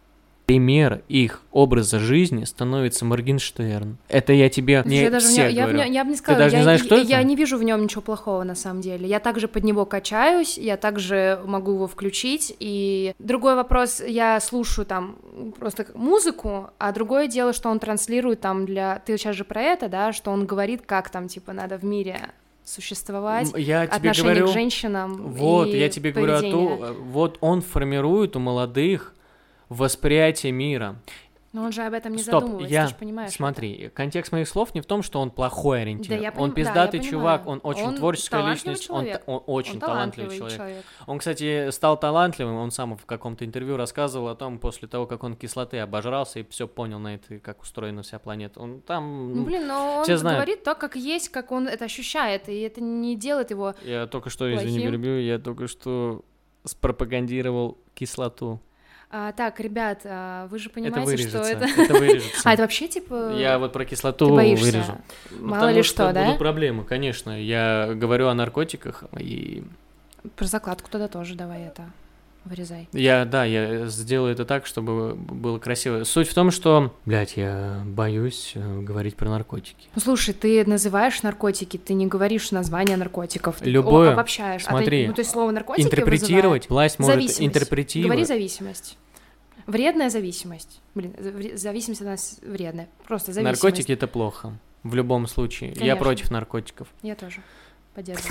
пример их образа жизни становится Моргенштерн. Это я тебе не я даже всех не, я, говорю. Я, я бы не сказала, Ты даже я, не знаешь, я, кто я, это? Я не вижу в нем ничего плохого, на самом деле. Я также под него качаюсь, я также могу его включить. И другой вопрос, я слушаю там просто музыку, а другое дело, что он транслирует там для... Ты сейчас же про это, да, что он говорит, как там, типа, надо в мире существовать, я тебе отношение говорю, к женщинам. Вот, и я тебе поведение. говорю о том, вот он формирует у молодых восприятие мира. Но он же об этом не Стоп, задумывается, я... ты же понимаешь. Смотри, это. контекст моих слов не в том, что он плохой ориентир. Да, я он поним... пиздатый да, я чувак, понимаю. он очень он творческая личность, он, человек. он очень он талантливый, человек. человек. Он, кстати, стал талантливым, он сам в каком-то интервью рассказывал о том, после того, как он кислоты обожрался и все понял на это, как устроена вся планета. Он там... Ну, блин, но он знают. говорит то, как есть, как он это ощущает, и это не делает его Я только что, плохим. извини, перебью, я только что спропагандировал кислоту. А, так, ребят, а, вы же понимаете, это что это... это вырежется. А, это вообще, типа... Я вот про кислоту Ты боишься? вырежу. Мало ну, ли что, что, да? будут проблемы, конечно. Я говорю о наркотиках, и... Про закладку тогда тоже давай это вырезай. Я, да, я сделаю это так, чтобы было красиво. Суть в том, что... Блядь, я боюсь говорить про наркотики. Ну, слушай, ты называешь наркотики, ты не говоришь название наркотиков. Ты Любое. О, обобщаешь. Смотри. А ты, ну, то есть слово наркотики интерпретировать, власть может зависимость. интерпретировать. Говори зависимость. Вредная зависимость. Блин, зависимость у нас вредная. Просто зависимость. Наркотики — это плохо. В любом случае. Конечно. Я против наркотиков. Я тоже поддерживаю.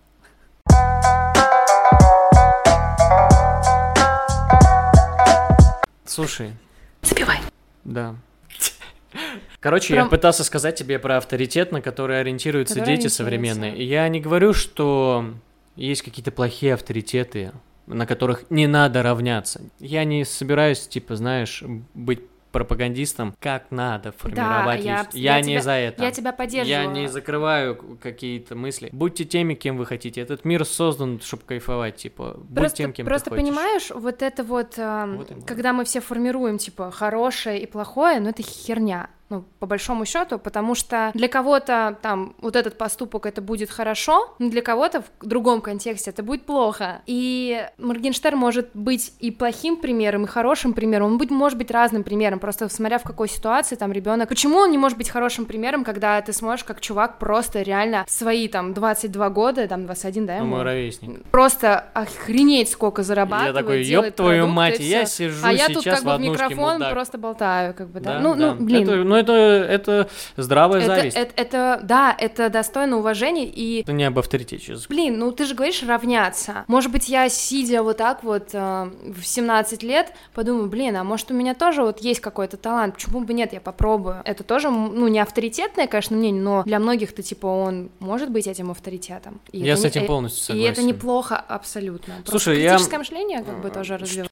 Слушай. Забивай. Да. Короче, Прям... я пытался сказать тебе про авторитет, на который ориентируются который дети ориентируется. современные. И я не говорю, что есть какие-то плохие авторитеты, на которых не надо равняться. Я не собираюсь, типа, знаешь, быть пропагандистом, как надо формировать да, я, личность. Я, я не тебя, за это. Я тебя поддерживаю. Я не закрываю какие-то мысли. Будьте теми, кем вы хотите. Этот мир создан, чтобы кайфовать, типа, будь просто, тем, кем просто ты хочешь. понимаешь, вот это вот, э, вот когда мы все формируем, типа, хорошее и плохое, ну, это херня. Ну, по большому счету, потому что для кого-то там вот этот поступок это будет хорошо, но для кого-то в другом контексте это будет плохо. И Моргенштерн может быть и плохим примером, и хорошим примером, он будет, может быть разным примером, просто смотря в какой ситуации там ребенок. Почему он не может быть хорошим примером, когда ты сможешь как чувак просто реально свои там двадцать два года, там двадцать один, да, ну, ему? Мой ровесник. Просто охренеть сколько зарабатывает, я такой, делает ёб твою продукты, мать, и я всё. сижу а я сейчас тут как в бы в однушке, микрофон мудак. просто болтаю, как бы, да, Да, ну, да. ну, блин. Это, ну, это, это здравая это, зависть. Это, это, да, это достойно уважения и... Это не об авторитете сейчас. Блин, ну ты же говоришь равняться. Может быть, я, сидя вот так вот э, в семнадцать лет, подумаю, блин, а может у меня тоже вот есть какой-то талант, почему бы нет, я попробую. Это тоже, ну, не авторитетное, конечно, мнение, но для многих-то, типа, он может быть этим авторитетом. И я это с этим не, полностью согласен. И это неплохо абсолютно. Слушай, Просто я... критическое мышление как бы тоже развивается.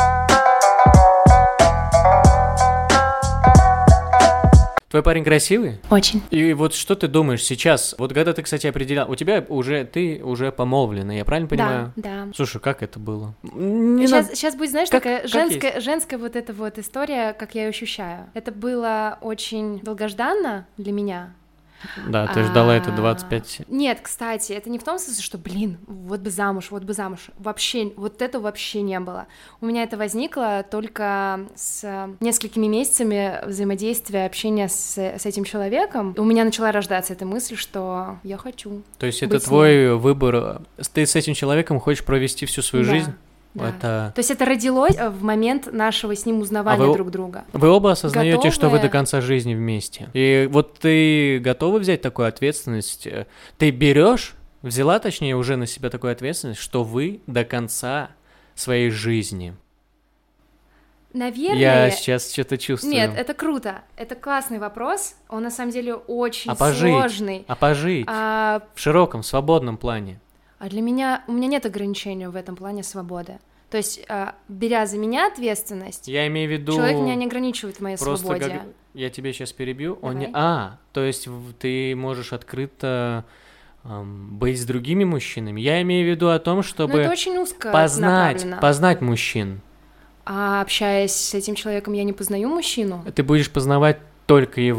Твой парень красивый? Очень. И вот что ты думаешь сейчас? Вот когда ты, кстати, определял, у тебя уже, ты уже помолвлена, я правильно понимаю? Да, да. Слушай, как это было? Не сейчас, надо... сейчас будет, знаешь, как, такая как женская, есть? женская вот эта вот история, как я ее ощущаю. Это было очень долгожданно для меня. Да, ты ждала это двадцать пять... Нет, кстати, это не в том смысле, что, блин, вот бы замуж, вот бы замуж. Вообще, вот это вообще не было. У меня это возникло только с несколькими месяцами взаимодействия, общения с, с этим человеком. У меня начала рождаться эта мысль, что я хочу. То есть это твой выбор, ты с этим человеком хочешь провести всю свою да. жизнь? Да. Это... То есть это родилось в момент нашего с ним узнавания а вы, друг друга. Вы оба осознаете, готовы... что вы до конца жизни вместе. И вот ты готова взять такую ответственность? Ты берешь, взяла, точнее, уже на себя такую ответственность, что вы до конца своей жизни. Наверное... Я сейчас что-то чувствую. Нет, это круто. Это классный вопрос. Он на самом деле очень а пожить? сложный. А пожить? А... В широком, свободном плане. А для меня, у меня нет ограничения в этом плане свободы. То есть, э, беря за меня ответственность, я имею в виду... человек меня не ограничивает в моей просто свободе. Как... Я тебя сейчас перебью. Давай. Он не... А, то есть ты можешь открыто эм, быть с другими мужчинами. Я имею в виду о том, чтобы Но это очень узко познать, направлено. познать мужчин. А общаясь с этим человеком, я не познаю мужчину? Ты будешь познавать только его.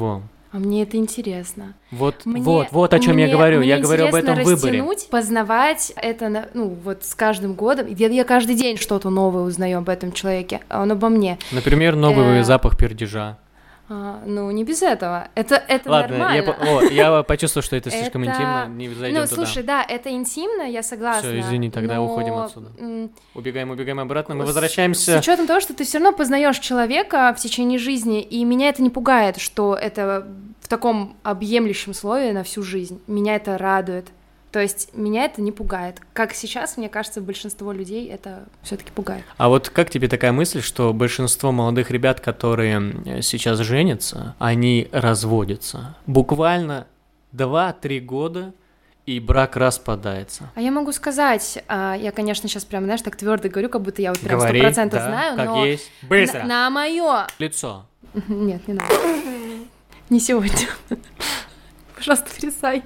А мне это интересно. Вот, мне, вот, вот о чем мне, я говорю. Мне я говорю об этом выборе. Познавать это, ну, вот с каждым годом. Я, я каждый день что-то новое узнаю об этом человеке, а он обо мне. Например, новый запах пердежа. А, ну, не без этого. Это, это Ладно, нормально. Я, о, я почувствовал, что это слишком это... интимно, не зайдем Ну, туда. слушай, да, это интимно, я согласна. Все, извини, тогда но... уходим отсюда. Убегаем, убегаем обратно, мы возвращаемся... С учетом того, что ты все равно познаешь человека в течение жизни, и меня это не пугает, что это в таком объемлющем слое на всю жизнь. Меня это радует. То есть меня это не пугает. Как сейчас, мне кажется, большинство людей это все-таки пугает. А вот как тебе такая мысль, что большинство молодых ребят, которые сейчас женятся, они разводятся? Буквально два-три года, и брак распадается. А я могу сказать, я, конечно, сейчас прям, знаешь, так твердо говорю, как будто я вот прям сто Говори, процентов да, знаю, как но есть. Быстро. На, на мое лицо. Нет, не надо. Не сегодня. Пожалуйста, перестань.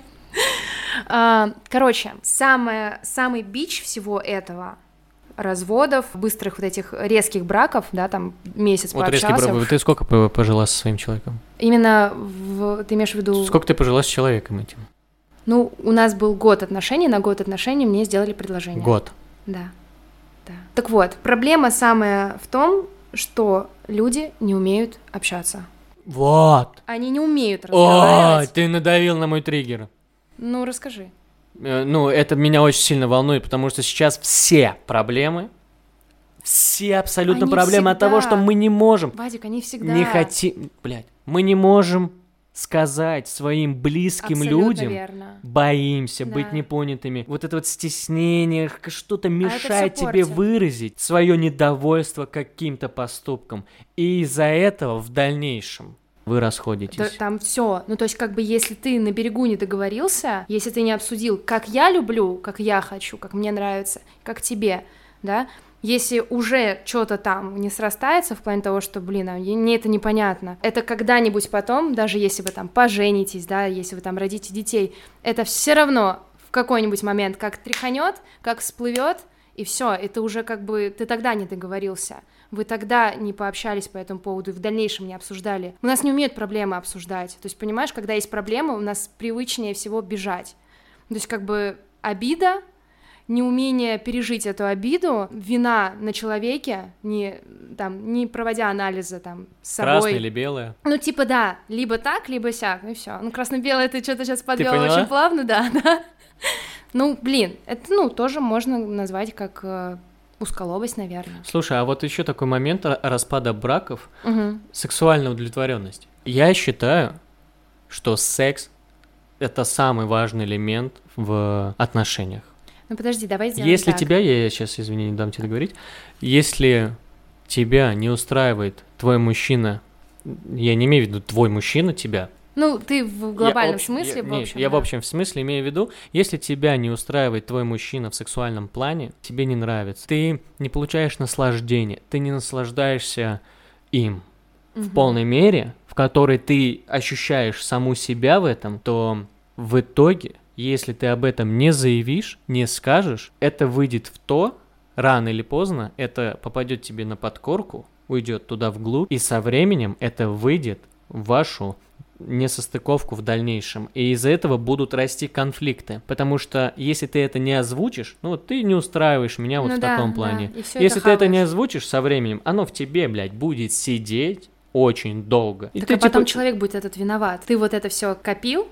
Короче, самое, самый бич всего этого разводов, быстрых вот этих резких браков, да, там месяц вот пообщался. Вот резкий брак, ты сколько пожила со своим человеком? Именно, в, ты имеешь в виду... Сколько ты пожила с человеком этим? Ну, у нас был год отношений, на год отношений мне сделали предложение. Год? Да, да. Так вот, проблема самая в том, что люди не умеют общаться. Вот. Они не умеют разговаривать. О, ты надавил на мой триггер. Ну, расскажи. Ну, это меня очень сильно волнует, потому что сейчас все проблемы, все абсолютно они проблемы всегда... от того, что мы не можем... Вадик, они всегда... Не хотим... Блядь. Мы не можем сказать своим близким абсолютно людям, верно. Боимся да. быть непонятыми. Вот это вот стеснение, что-то мешает а тебе портит. выразить свое недовольство каким-то поступком. И из-за этого в дальнейшем вы расходитесь. Да, там все. Ну, то есть, как бы, если ты на берегу не договорился, если ты не обсудил, как я люблю, как я хочу, как мне нравится, как тебе, да, если уже что-то там не срастается в плане того, что, блин, а мне это непонятно, это когда-нибудь потом, даже если вы там поженитесь, да, если вы там родите детей, это все равно в какой-нибудь момент как тряханет, как всплывет, и все, это уже как бы ты тогда не договорился. Вы тогда не пообщались по этому поводу и в дальнейшем не обсуждали. У нас не умеют проблемы обсуждать. То есть, понимаешь, когда есть проблема, у нас привычнее всего бежать. То есть, как бы обида, неумение пережить эту обиду, вина на человеке, не, там, не проводя анализа там, с собой. Красное или белое? Ну, типа, да, либо так, либо сяк, и все. Ну, красно-белое ты что-то сейчас подвела поняла? Очень плавно, да, да. Ну, блин, это, ну, тоже можно назвать как э, узколобость, наверное. Слушай, а вот еще такой момент распада браков, угу. сексуальная удовлетворенность. Я считаю, что секс — это самый важный элемент в отношениях. Ну, подожди, давай сделаем Если так. тебя, я сейчас, извини, не дам тебе договорить, если тебя не устраивает твой мужчина, я не имею в виду твой мужчина тебя, ну, ты в глобальном я, смысле, я, в нет, общем, я да. в общем в смысле имею в виду, если тебя не устраивает твой мужчина в сексуальном плане, тебе не нравится, ты не получаешь наслаждения, ты не наслаждаешься им угу. в полной мере, в которой ты ощущаешь саму себя в этом, то в итоге, если ты об этом не заявишь, не скажешь, это выйдет в то, рано или поздно, это попадет тебе на подкорку, уйдет туда вглубь, и со временем это выйдет в вашу несостыковку в дальнейшем, и из-за этого будут расти конфликты, потому что если ты это не озвучишь, ну вот ты не устраиваешь меня вот ну в да, таком плане, да. если это ты это не озвучишь со временем, оно в тебе, блядь, будет сидеть очень долго. Так и ты, а потом типа... человек будет этот виноват. Ты вот это все копил,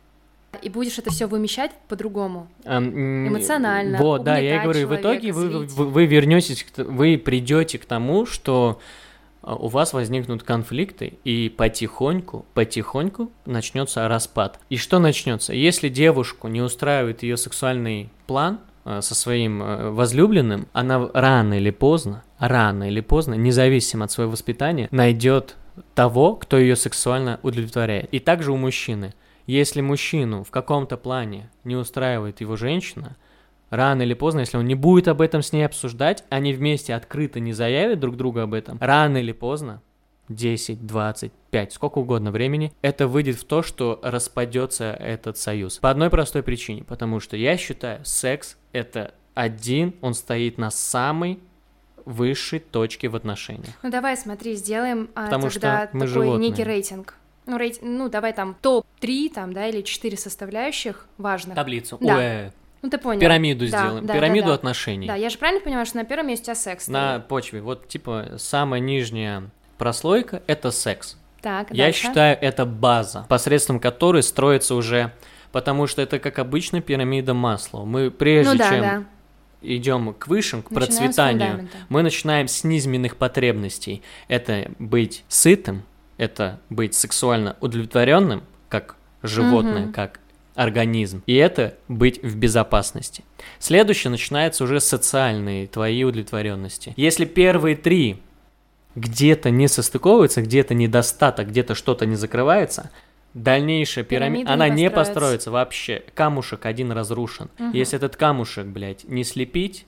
и будешь это все вымещать по-другому, эм, эмоционально. Вот, да, я и говорю, в итоге вы, вы, вы вернетесь, вы придете к тому, что у вас возникнут конфликты, и потихоньку, потихоньку начнется распад. И что начнется? Если девушку не устраивает ее сексуальный план э, со своим э, возлюбленным, она рано или поздно, рано или поздно, независимо от своего воспитания, найдет того, кто ее сексуально удовлетворяет. И также у мужчины. Если мужчину в каком-то плане не устраивает его женщина, рано или поздно, если он не будет об этом с ней обсуждать, они вместе открыто не заявят друг другу об этом, рано или поздно, десять, двадцать, пять, сколько угодно времени, это выйдет в то, что распадется этот союз. По одной простой причине, потому что я считаю, секс — это один, он стоит на самой высшей точке в отношениях. Ну давай, смотри, сделаем а, потому тогда что мы такой животные. некий рейтинг. ну, рейт... ну, давай там топ три, там, да, или четыре составляющих важных. Таблицу. Да. Ой, ну, ты понял. Пирамиду да, сделаем, да, пирамиду да, да. отношений. Да, я же правильно понимаю, что на первом месте у тебя секс На стоит? почве, вот, типа, самая нижняя прослойка — это секс. Так, Я дальше. считаю, это база, посредством которой строится уже, потому что это как обычно пирамида Маслоу. Мы прежде Ну да, чем да. идем к высшим, к Начинаем с процветанию, фундамента. мы начинаем с низменных потребностей. Это быть сытым, это быть сексуально удовлетворенным, как животное, Мгм. как организм, и это быть в безопасности. Следующее начинается уже социальные твои удовлетворенности. Если первые три где-то не состыковываются, где-то недостаток, где-то что-то не закрывается, дальнейшая пирамида, Пирамида она не не построится. построится вообще. Камушек один разрушен. Мгм. Если этот камушек, блядь, не слепить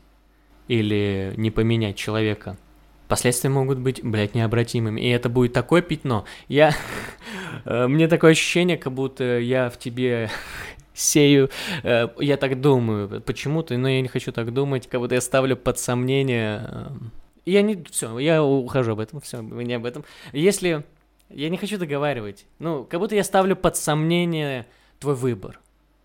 или не поменять человека, последствия могут быть, блядь, необратимыми. И это будет такое пятно. Я... Мне такое ощущение, как будто я в тебе сею... э, Я так думаю почему-то, но я не хочу так думать. Как будто я ставлю под сомнение... э, Я не... Все, я ухожу об этом. Все, не об этом. Если... Я не хочу договаривать. Ну, как будто я ставлю под сомнение твой выбор.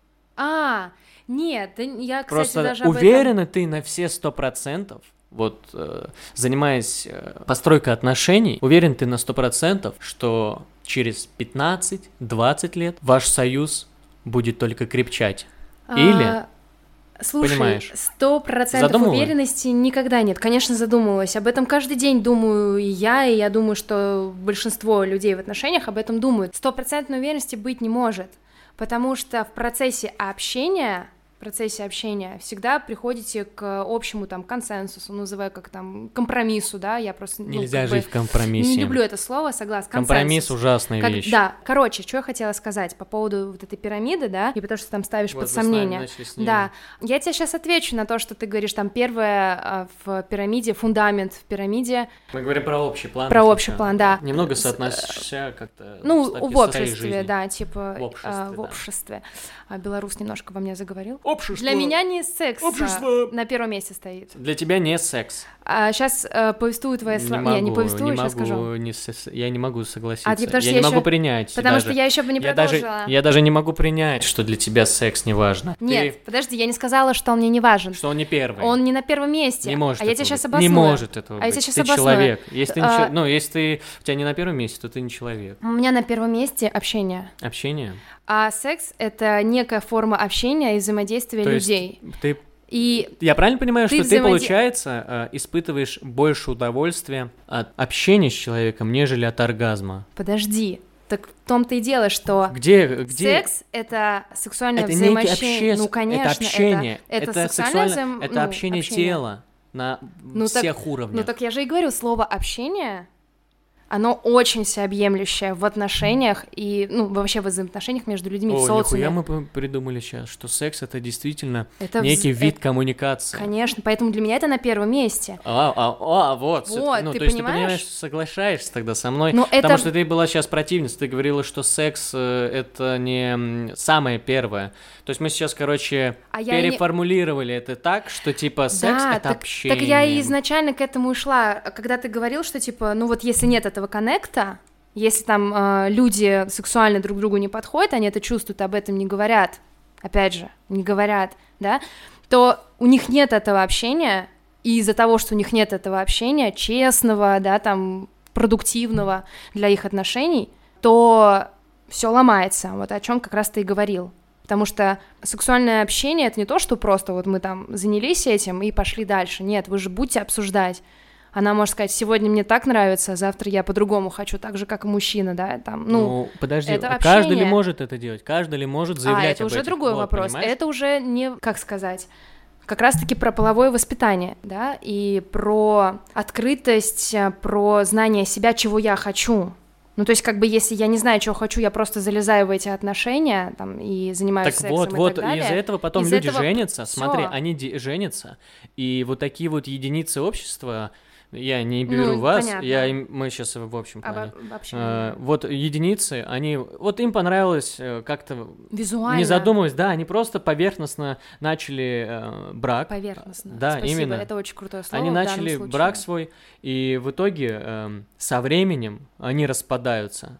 А, нет, да я, кстати, Просто даже об этом... уверена ты на все сто процентов, вот э, занимаясь э, постройкой отношений, уверен ты на сто процентов, что через пятнадцать-двадцать лет ваш союз будет только крепчать. Или... А, Слушай, Понимаешь? сто процентов Задумывалась? уверенности никогда нет. Конечно, задумывалась. Об этом каждый день думаю и я, и я думаю, что большинство людей в отношениях об этом думают. Стопроцентной уверенности быть не может, потому что в процессе общения, в процессе общения всегда приходите к общему там консенсусу, называю как там компромиссу, да, я просто... ну, Нельзя как жить бы в компромиссе. Не люблю это слово, согласна. Компромисс — консенсус. ужасная Как- вещь. Да, короче, что я хотела сказать по поводу вот этой пирамиды, да, и потому что там ставишь Вот под вы с нами сомнение. начали с нее. Да, я тебе сейчас отвечу на то, что ты говоришь, там первое а, в пирамиде, фундамент в пирамиде, Мы говорим про общий план. про общий сейчас. план, да. Немного С- соотносишься как-то... Ну, ставки в своей обществе, жизни. да, типа В обществе, а, в да. обществе. А, белорус немножко во мне заговорил. Общество. Для меня не секс а, Общество. на первом месте стоит. Для тебя не секс. А сейчас а, повествую твои слова. Не могу, Я не повествую, не сейчас могу, скажу. не с- я не могу согласиться. А, ты потому что я я не могу ещё- принять. Потому даже. что я еще бы не я даже, продолжила. я даже не могу принять, что для тебя секс не важно. Нет, подожди, я не сказала, что он мне не важен. Ты, что он не первый. Он не на первом месте. не может а я этого тебе сейчас быть. обосную. Не может этого А я быть. тебе щас Ты обосную. человек. Если ты, не А, чел- ну, если ты у тебя не на первом месте, то ты не человек. У меня на первом месте общение. Общение. А секс — это некая форма общения и взаимодействия То есть людей. ты И Я правильно понимаю, Ты что ты, взаимоди- получается, э, испытываешь больше удовольствия от общения с человеком, нежели от оргазма? подожди, так в том-то и дело, что Где, где... секс — это сексуальное это некий взаимоотношение. общее... Ну, конечно, это общение, это, это, сексуальное сексуально... взаим- это ну, общение, тела на Ну, так- всех уровнях. Ну так я же и говорю, слово общение, оно очень всеобъемлющее в отношениях и, ну, вообще в взаимоотношениях между людьми, в О, социуме. нихуя мы п- придумали сейчас, что секс — это действительно Это вз- некий вид это- коммуникации. Конечно, поэтому для меня это на первом месте. А, а, а, вот, всё-таки, Вот, ну, ты то есть понимаешь? ты понимаешь, соглашаешься тогда со мной, Но потому это- что ты была сейчас противницей, ты говорила, что секс э, это не м, самое первое. То есть мы сейчас, короче, А я и не- переформулировали это так, что типа секс Да, это так, общение. так я и изначально к этому и шла, когда ты говорил, что типа, ну вот если нет этого коннекта, если там э, люди сексуально друг к другу не подходят, они это чувствуют, об этом не говорят, опять же, не говорят, да, то у них нет этого общения, и из-за того, что у них нет этого общения, честного, да, там, продуктивного для их отношений, то все ломается, вот о чем как раз ты и говорил. Потому что сексуальное общение — это не то, что просто вот мы там занялись этим и пошли дальше. Нет, вы же будете обсуждать. Она может сказать: сегодня мне так нравится, а завтра я по-другому хочу, так же, как и мужчина, да, там, ну... Ну, подожди, это а каждый ли общение. может это делать? Каждый ли может а, заявлять это об уже этих? другой Вот, вопрос. понимаешь? Это уже не, как сказать, как раз-таки про половое воспитание, да, и про открытость, про знание себя, чего я хочу. Ну, то есть, как бы, если я не знаю, чего хочу, я просто залезаю в эти отношения, там, и занимаюсь Так сексом вот, и вот, так далее. из-за этого потом Из люди этого женятся, всё. смотри, они де- женятся, и вот такие вот единицы общества, я не беру Ну, вас, понятно. я, им- мы сейчас в общем плане. Обо- обобщение. Э, вот единицы, они, вот им понравилось э, как-то, Визуально. не задумываясь, да, они просто поверхностно начали э, брак. Поверхностно. Да, Спасибо, именно. это очень крутое слово. Они в данном начали случае. брак свой, и в итоге эм, со временем они распадаются.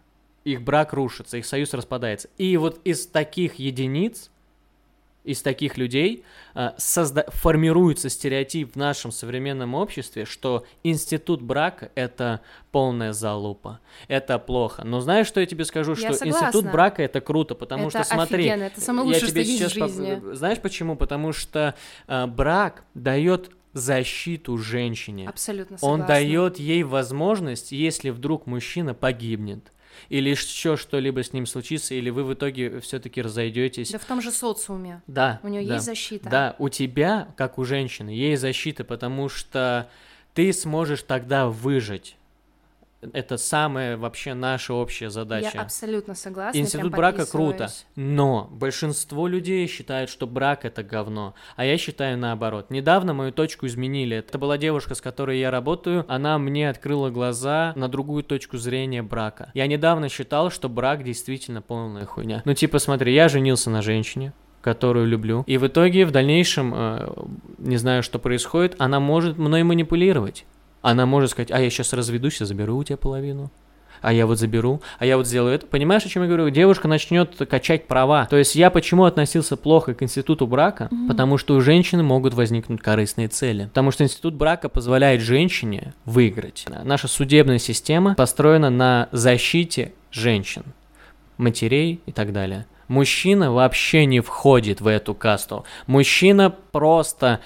их брак рушится, их союз распадается. И вот из таких единиц, из таких людей э, созда- формируется стереотип в нашем современном обществе, что институт брака — это полная залупа, это плохо. Но знаешь, что я тебе скажу? Я что согласна. Институт брака — это круто, потому это что, смотри... офигенно, это самое лучшее, я тебе что есть сейчас в жизни. По... Знаешь почему? Потому что э, брак дает защиту женщине. Абсолютно согласна. Он дает ей возможность, если вдруг мужчина погибнет, или еще что-либо с ним случится, или вы в итоге все-таки разойдетесь. Да в том же социуме. Да. У нее да, есть защита. Да, у тебя, как у женщины, есть защита, потому что ты сможешь тогда выжить. Это самая вообще наша общая задача. Я абсолютно согласна. Институт брака круто, но большинство людей считают, что брак — это говно, а я считаю наоборот. Недавно мою точку изменили. Это была девушка, с которой я работаю, она мне открыла глаза на другую точку зрения брака. Я недавно считал, что брак действительно полная хуйня. Ну типа смотри, я женился на женщине, которую люблю, и в итоге в дальнейшем, э, не знаю, что происходит, она может мной манипулировать. Она может сказать: а я сейчас разведусь и заберу у тебя половину, а я вот заберу, а я вот сделаю это. Понимаешь, о чем я говорю? Девушка начнет качать права. То есть я почему относился плохо к институту брака? Mm-hmm. Потому что у женщины могут возникнуть корыстные цели. Потому что институт брака позволяет женщине выиграть. Наша судебная система построена на защите женщин, матерей и так далее. Мужчина вообще не входит в эту касту. Мужчина просто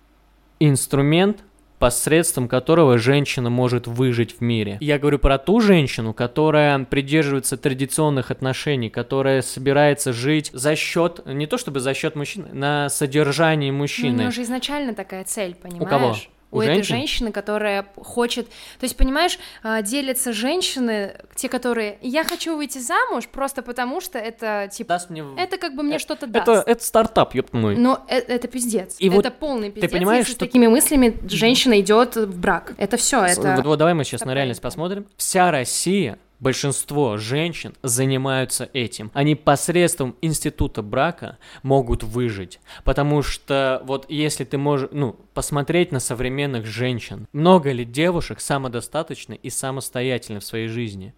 инструмент, посредством которого женщина может выжить в мире. Я говорю про ту женщину, которая придерживается традиционных отношений, которая собирается жить за счет, не то чтобы за счет мужчины, на содержании мужчины. Ну, у нее же изначально такая цель, понимаешь? У кого? У, У этой женщин? женщины, которая хочет... То есть, понимаешь, делятся женщины, те, которые... Я хочу выйти замуж просто потому, что это, типа... Даст мне... Это как бы мне это, что-то даст. Это, это стартап, ёб мой. Но это, это пиздец. И это вот полный пиздец, ты понимаешь, если что... с такими мыслями женщина идет в брак. Это все. Это... Вот, вот давай мы сейчас это на реальность правильно. посмотрим. Вся Россия... Большинство женщин занимаются этим. Они посредством института брака могут выжить. Потому что вот если ты можешь, ну, посмотреть на современных женщин, много ли девушек самодостаточны и самостоятельны в своей жизни?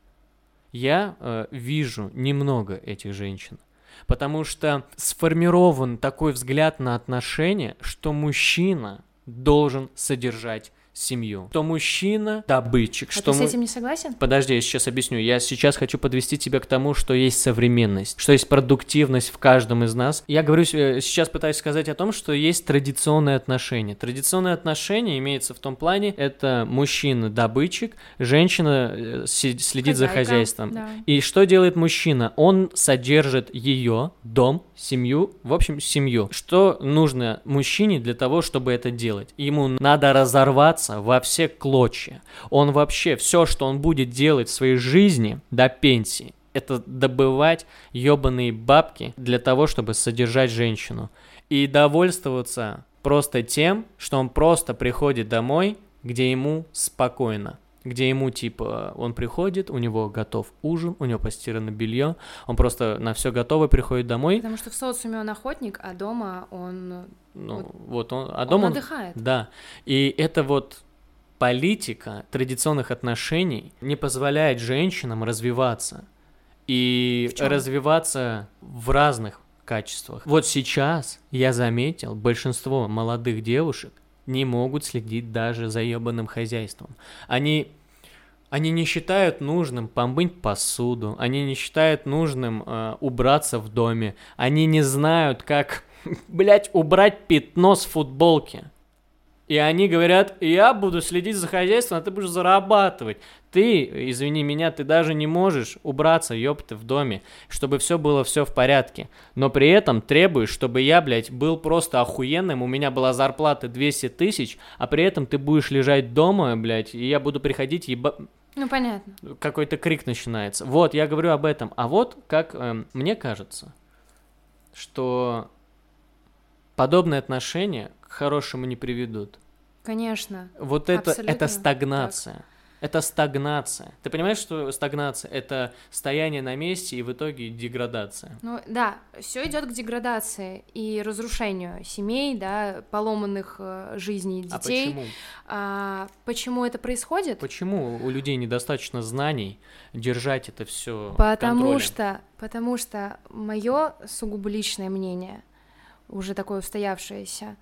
Я э, вижу немного этих женщин. Потому что сформирован такой взгляд на отношения, что мужчина должен содержать семью, что мужчина добытчик, А что ты с му- этим не согласен? Подожди, я сейчас объясню. Я сейчас хочу подвести тебя к тому, что есть современность, что есть продуктивность в каждом из нас. Я говорю, сейчас пытаюсь сказать о том, что есть традиционные отношения. Традиционные отношения имеется в том плане, это мужчина добытчик, женщина следит за Хозяйка, хозяйством. да. И что делает мужчина? Он содержит ее, дом, семью, в общем, семью. Что нужно мужчине для того, чтобы это делать? Ему надо разорваться во все клочья. Он вообще, все, что он будет делать в своей жизни до пенсии, это добывать ебаные бабки для того, чтобы содержать женщину. И довольствоваться просто тем, что он просто приходит домой, где ему спокойно. Где ему, типа, он приходит, у него готов ужин, у него постирано белье, он просто на все готово приходит домой. Потому что в социуме он охотник, а дома он... Ну, вот, вот он, а дома он отдыхает. Да, и это вот политика традиционных отношений не позволяет женщинам развиваться. И В чём? развиваться в разных качествах. Вот сейчас я заметил, большинство молодых девушек не могут следить даже за ебаным хозяйством. Они, они не считают нужным помыть посуду, они не считают нужным э, убраться в доме, они не знают, как, блядь, убрать пятно с футболки. И они говорят: я буду следить за хозяйством, а ты будешь зарабатывать. Ты, извини меня, ты даже не можешь убраться, ёпты, в доме, чтобы все было все в порядке. Но при этом требуешь, чтобы я, блядь, был просто охуенным, у меня была зарплата двести тысяч, а при этом ты будешь лежать дома, блядь, и я буду приходить еба... Ну, понятно. Какой-то крик начинается. Вот, я говорю об этом. А вот как эм, мне кажется, что подобные отношения к хорошему не приведут. Конечно. Вот это, Абсолютно это стагнация. так. это стагнация. Ты понимаешь, что стагнация — это стояние на месте и в итоге деградация? Ну да, все идет к деградации и разрушению семей, да, поломанных э, жизней детей. А почему? А, почему это происходит? Почему у людей недостаточно знаний держать это все Потому что, потому что мое сугубо личное мнение, уже такое устоявшееся,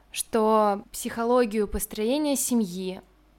что психологию построения семьи,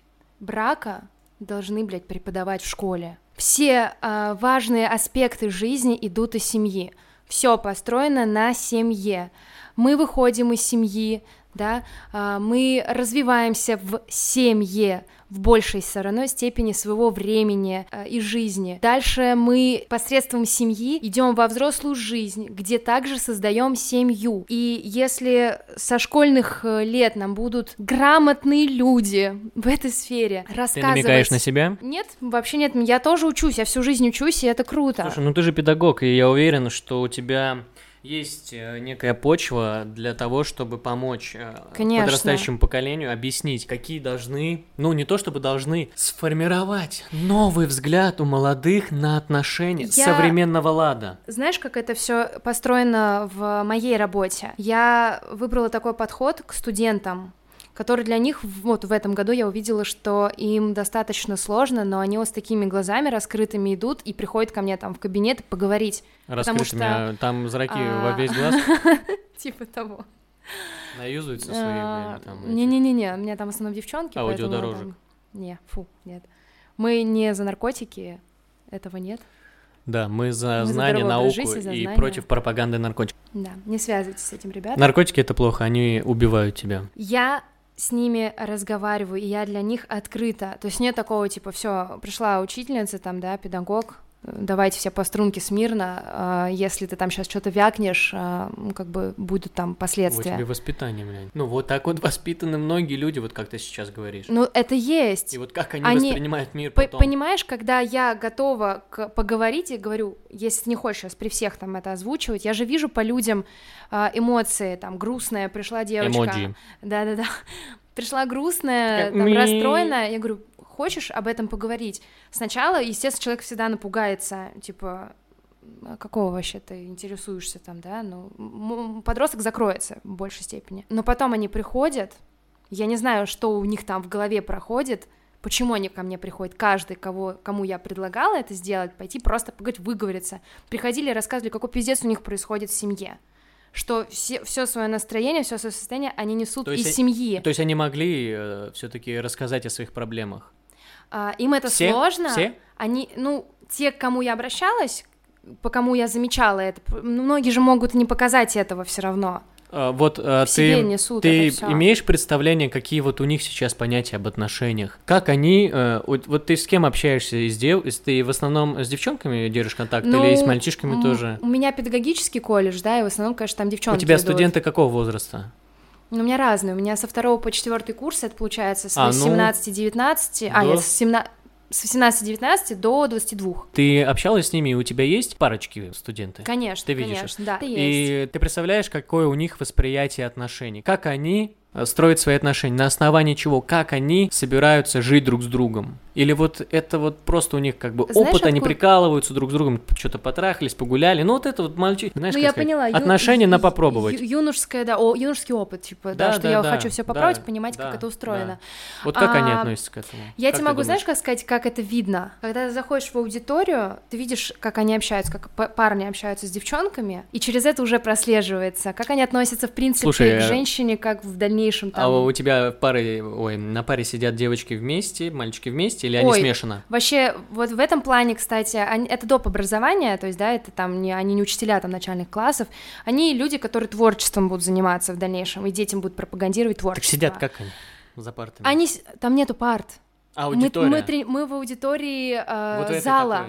брака должны, блядь, преподавать в школе. Все э, важные аспекты жизни идут из семьи. Все построено на семье. Мы выходим из семьи, да, э, мы развиваемся в семье в большей все равно степени своего времени э, и жизни. Дальше мы посредством семьи идем во взрослую жизнь, где также создаем семью. И если со школьных лет нам будут грамотные люди в этой сфере рассказывать... Ты намекаешь на себя? Нет, вообще нет, я тоже учусь, я всю жизнь учусь, и это круто. Слушай, ну ты же педагог, и я уверен, что у тебя... есть некая почва для того, чтобы помочь Конечно. Подрастающему поколению объяснить, какие должны, ну не то чтобы должны, сформировать новый взгляд у молодых на отношения Я... современного лада. Знаешь, как это все построено в моей работе? Я выбрала такой подход к студентам, который для них, вот в этом году я увидела, что им достаточно сложно, но они вот с такими глазами раскрытыми идут и приходят ко мне там в кабинет поговорить. Раскрытыми, что... там зраки во весь глаз? Типа того. Наюзаются своими там... Не-не-не, у меня там в основном девчонки. Аудиодорожек. Не, фу, нет. Мы не за наркотики, этого нет. Да, мы за знания, науку и против пропаганды наркотиков. Да, не связывайтесь с этим, ребята. Наркотики — это плохо, они убивают тебя. Я с ними разговариваю, и я для них открыта. То есть нет такого, типа, все, пришла учительница, там, да, педагог, давайте все по струнке смирно, если ты там сейчас что-то вякнешь, как бы будут там последствия. Вот тебе воспитание, блядь. Ну, вот так вот воспитаны многие люди, вот как ты сейчас говоришь. Ну, это есть. И вот как они, они... воспринимают мир потом. Понимаешь, когда я готова к... поговорить и говорю, если не хочешь сейчас при всех там это озвучивать, я же вижу по людям эмоции, там, грустная, пришла девочка. Эмоджи. Да-да-да. Пришла грустная, там, расстроенная, я говорю, хочешь об этом поговорить? Сначала, естественно, человек всегда напугается, типа, какого вообще ты интересуешься там, да, ну, подросток закроется в большей степени. Но потом они приходят, я не знаю, что у них там в голове проходит, почему они ко мне приходят, каждый, кого, кому я предлагала это сделать, пойти просто поговорить, выговориться. Приходили и рассказывали, какой пиздец у них происходит в семье. Что все, все свое настроение, все свое состояние они несут из они, семьи. То есть они могли э, все-таки рассказать о своих проблемах? А, им это все? сложно. Все? Они, ну, те, к кому я обращалась, по кому я замечала это, многие же могут не показать этого все равно. А, вот а, ты, ты имеешь представление, какие вот у них сейчас понятия об отношениях? Как они, э, вот, вот ты с кем общаешься? Из дев... Ты в основном с девчонками держишь контакт, ну, или с мальчишками тоже? У меня педагогический колледж, да, и в основном, конечно, там девчонки. У тебя идут. Студенты какого возраста? Ну, у меня разные. У меня со второго по четвертый курс, это получается с восемнадцати-девятнадцати, а, ну, а нет, с семнадцати... С восемнадцати-девятнадцати до двадцати двух. Ты общалась с ними, и у тебя есть парочки студенты? Конечно, ты видишь конечно, их? да. И есть. Ты представляешь, какое у них восприятие отношений? Как они строят свои отношения? На основании чего? Как они собираются жить друг с другом? Или вот это вот просто у них как бы Знаешь, опыт, они откуда... прикалываются друг с другом, что-то потрахались, погуляли. Ну вот это вот мальчик, знаешь, ну, как я сказать, поняла. отношения Ю... на попробовать. Ю... Юношеское, да, о, юношеский опыт, типа, да, да что да, я да, хочу все попробовать, да, понимать, да, как это устроено. Да. Вот как а... они относятся к этому? Я как тебе могу, знаешь, как сказать, как это видно? Когда ты заходишь в аудиторию, ты видишь, как они общаются, как парни общаются с девчонками, и через это уже прослеживается, как они относятся, в принципе, Слушай, к женщине, как в дальнейшем там... А у тебя в паре, ой, на паре сидят девочки вместе, мальчики вместе, или ой, они смешаны? Вообще, вот в этом плане, кстати, они, это доп. Образование, то есть, да, это там не, они не учителя там начальных классов, они люди, которые творчеством будут заниматься в дальнейшем, и детям будут пропагандировать творчество. Так сидят как они за партами? Они, там нету парт. Аудитория. Мы, мы, мы в аудитории э, вот зала.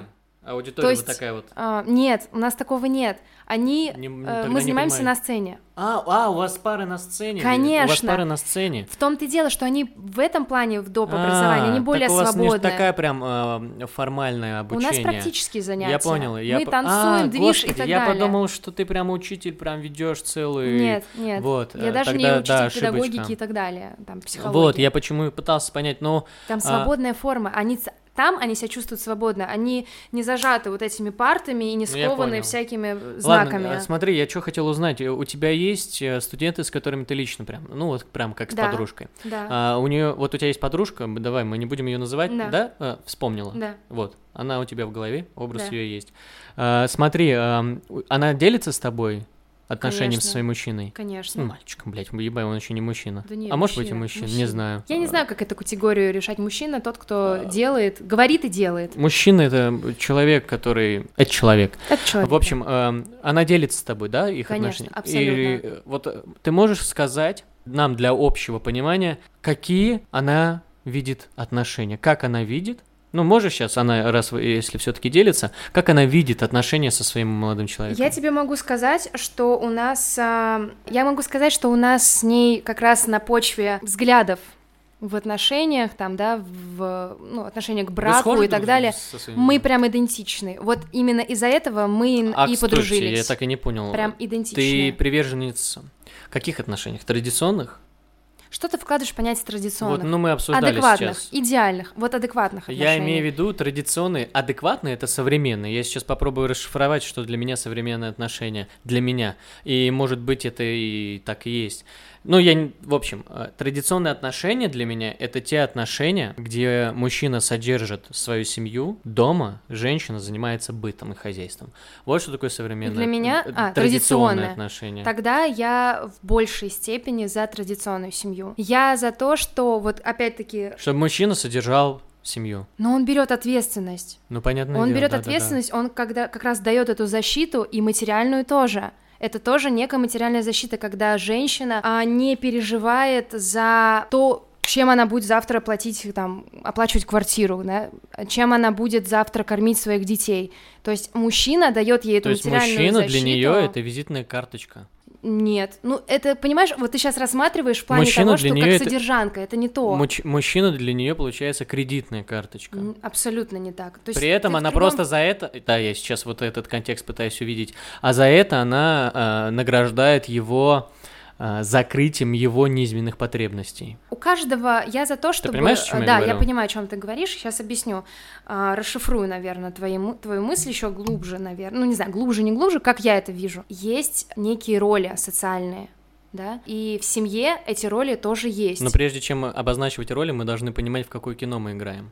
Аудитория есть, вот такая вот. А, нет, у нас такого нет. Они, Не, ну, э, тогда мы не занимаемся понимаю. на сцене. А, а, у вас пары на сцене? Конечно. У вас пары на сцене. В том-то и дело, что они в этом плане в доп. Образовании, они более так у вас свободные. не такая прям э, формальное обучение. У нас практические занятия. Я понял. Я мы по... танцуем, а, движ господи, и так я далее. подумал, что ты прям учитель, прям ведешь целый... Нет, нет. Вот, я даже тогда, не учитель да, педагогики ошибочка. и так далее. Там, психология. Вот, я почему и пытался понять, но... Там а... свободная форма. Они... Там они себя чувствуют свободно, они не зажаты вот этими партами и не скованы ну, всякими знаками. Ладно, смотри, я что хотел узнать. У тебя есть студенты, с которыми ты лично прям, ну вот прям как с да, подружкой. Да. А, у нее, вот у тебя есть подружка, давай, мы не будем ее называть, да? да? А, вспомнила. Да. Вот, она у тебя в голове, образ да. ее есть. А, смотри, а, она делится с тобой отношением Конечно. со своим мужчиной? Конечно. Ну, мальчиком, блядь, ебай, он еще не мужчина. Да нет, а может мужчина, быть и мужчина, мужчина, не знаю. Я не знаю, как эту категорию решать. Мужчина тот, кто а... делает, говорит и делает. Мужчина — это человек, который... Это человек. Это человек. В общем, э, она делится с тобой, да, их Конечно, отношения? абсолютно. И вот ты можешь сказать нам для общего понимания, какие она видит отношения, как она видит. Ну, можешь сейчас, она, раз если все-таки делится, как она видит отношения со своим молодым человеком? Я тебе могу сказать, что у нас... А, я могу сказать, что у нас с ней как раз на почве взглядов в отношениях, там, да, в ну, отношениях к браку и так далее, своими... мы прям идентичны. Вот именно из-за этого мы а, и кстати, подружились. Я так и не понял. Прям идентичны. Ты приверженец каких отношениях? Традиционных? Что ты вкладываешь в понятие традиционных? Вот, ну, мы обсуждали адекватных, сейчас. идеальных, вот адекватных отношений. Я имею в виду традиционные, адекватные — это современные. Я сейчас попробую расшифровать, что для меня современные отношения. Для меня. И, может быть, это и так и есть. Ну, я, в общем, традиционные отношения для меня — это те отношения, где мужчина содержит свою семью дома, женщина занимается бытом и хозяйством. Вот что такое современное. Для меня а, традиционные отношения. Тогда я в большей степени за традиционную семью. Я за то, что вот опять-таки... Чтобы мужчина содержал семью. Но он берет ответственность. Ну, понятно. Он дело, берет да, ответственность, да, да. он когда как раз дает эту защиту и материальную тоже. Это тоже некая материальная защита, когда женщина а, не переживает за то, чем она будет завтра платить, там, оплачивать квартиру, да? Чем она будет завтра кормить своих детей. То есть мужчина дает ей эту То есть материальную мужчина защиту. для нее это визитная карточка. Нет, ну это, понимаешь, вот ты сейчас рассматриваешь в плане мужчина того, что как это... содержанка, это не то. Муч... Мужчина для нее получается кредитная карточка. Абсолютно не так. То есть При этом она другом... просто за это, да, я сейчас вот этот контекст пытаюсь увидеть, а за это она э, награждает его э, закрытием его низменных потребностей. У каждого, я за то, чтобы... Ты понимаешь, о чем я Да, говорю? я понимаю, о чем ты говоришь, сейчас объясню. А, расшифрую, наверное, твои, твою мысль еще глубже, наверное. Ну, не знаю, глубже, не глубже, как я это вижу. Есть некие роли социальные, да, и в семье эти роли тоже есть. Но прежде чем обозначивать роли, мы должны понимать, в какое кино мы играем.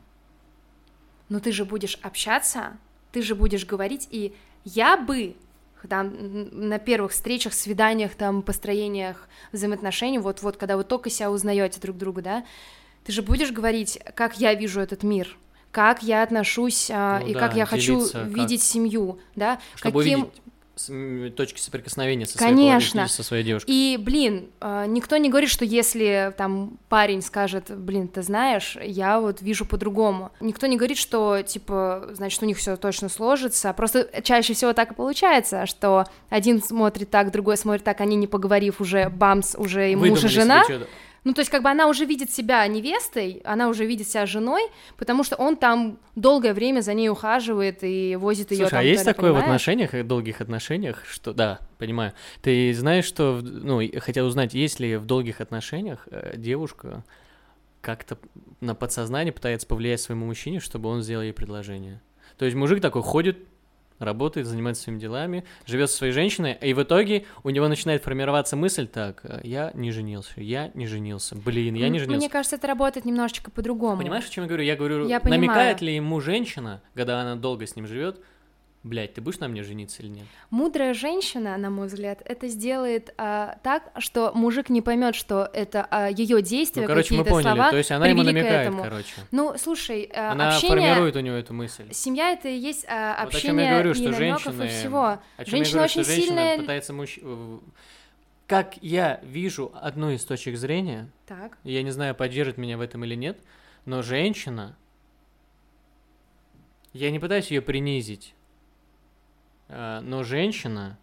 Ну, ты же будешь общаться, ты же будешь говорить, и я бы... там, на первых встречах, свиданиях, там, построениях взаимоотношений, вот-вот, когда вы только себя узнаете друг друга, да, ты же будешь говорить, как я вижу этот мир, как я отношусь, а, ну, и да, как я хочу как... видеть семью, да, чтобы каким... увидеть точки соприкосновения со, Конечно. Своей, со своей девушкой. И, блин, никто не говорит, что если там парень скажет, блин, ты знаешь, я вот вижу по-другому. Никто не говорит, что, типа, значит, у них все точно сложится. Просто чаще всего так и получается, что один смотрит так, другой смотрит так, они не поговорив уже, бамс, уже и муж и жена. Ну, то есть, как бы она уже видит себя невестой, она уже видит себя женой, потому что он там долгое время за ней ухаживает и возит ее. Слушай, там, а есть такое понимаешь? в отношениях, долгих отношениях, что... Да, понимаю. Ты знаешь, что... Ну, хотел узнать, есть ли в долгих отношениях девушка как-то на подсознание пытается повлиять своему мужчине, чтобы он сделал ей предложение? То есть мужик такой ходит, работает, занимается своими делами, живет со своей женщиной, и в итоге у него начинает формироваться мысль: так, я не женился, я не женился, блин, я не женился. Мне кажется, это работает немножечко по-другому. Понимаешь, о чем я говорю? Я говорю, я намекает ли ему женщина, когда она долго с ним живет: блядь, ты будешь на мне жениться или нет? Мудрая женщина, на мой взгляд, это сделает а, так, что мужик не поймет, что это а, ее действия, ну, короче, какие-то мы поняли. слова. То есть она ему намекает, этому. короче. Ну, слушай, а, она общение... формирует у него эту мысль. Семья — это и есть а, общение, вот о чем я говорю, что и женщины... намеков, и всего. О чем женщина я говорю, очень что женщина сильная... пытается муж... Как я вижу одну из точек зрения, так. я не знаю, поддержит меня в этом или нет, но женщина Я не пытаюсь ее принизить, но женщина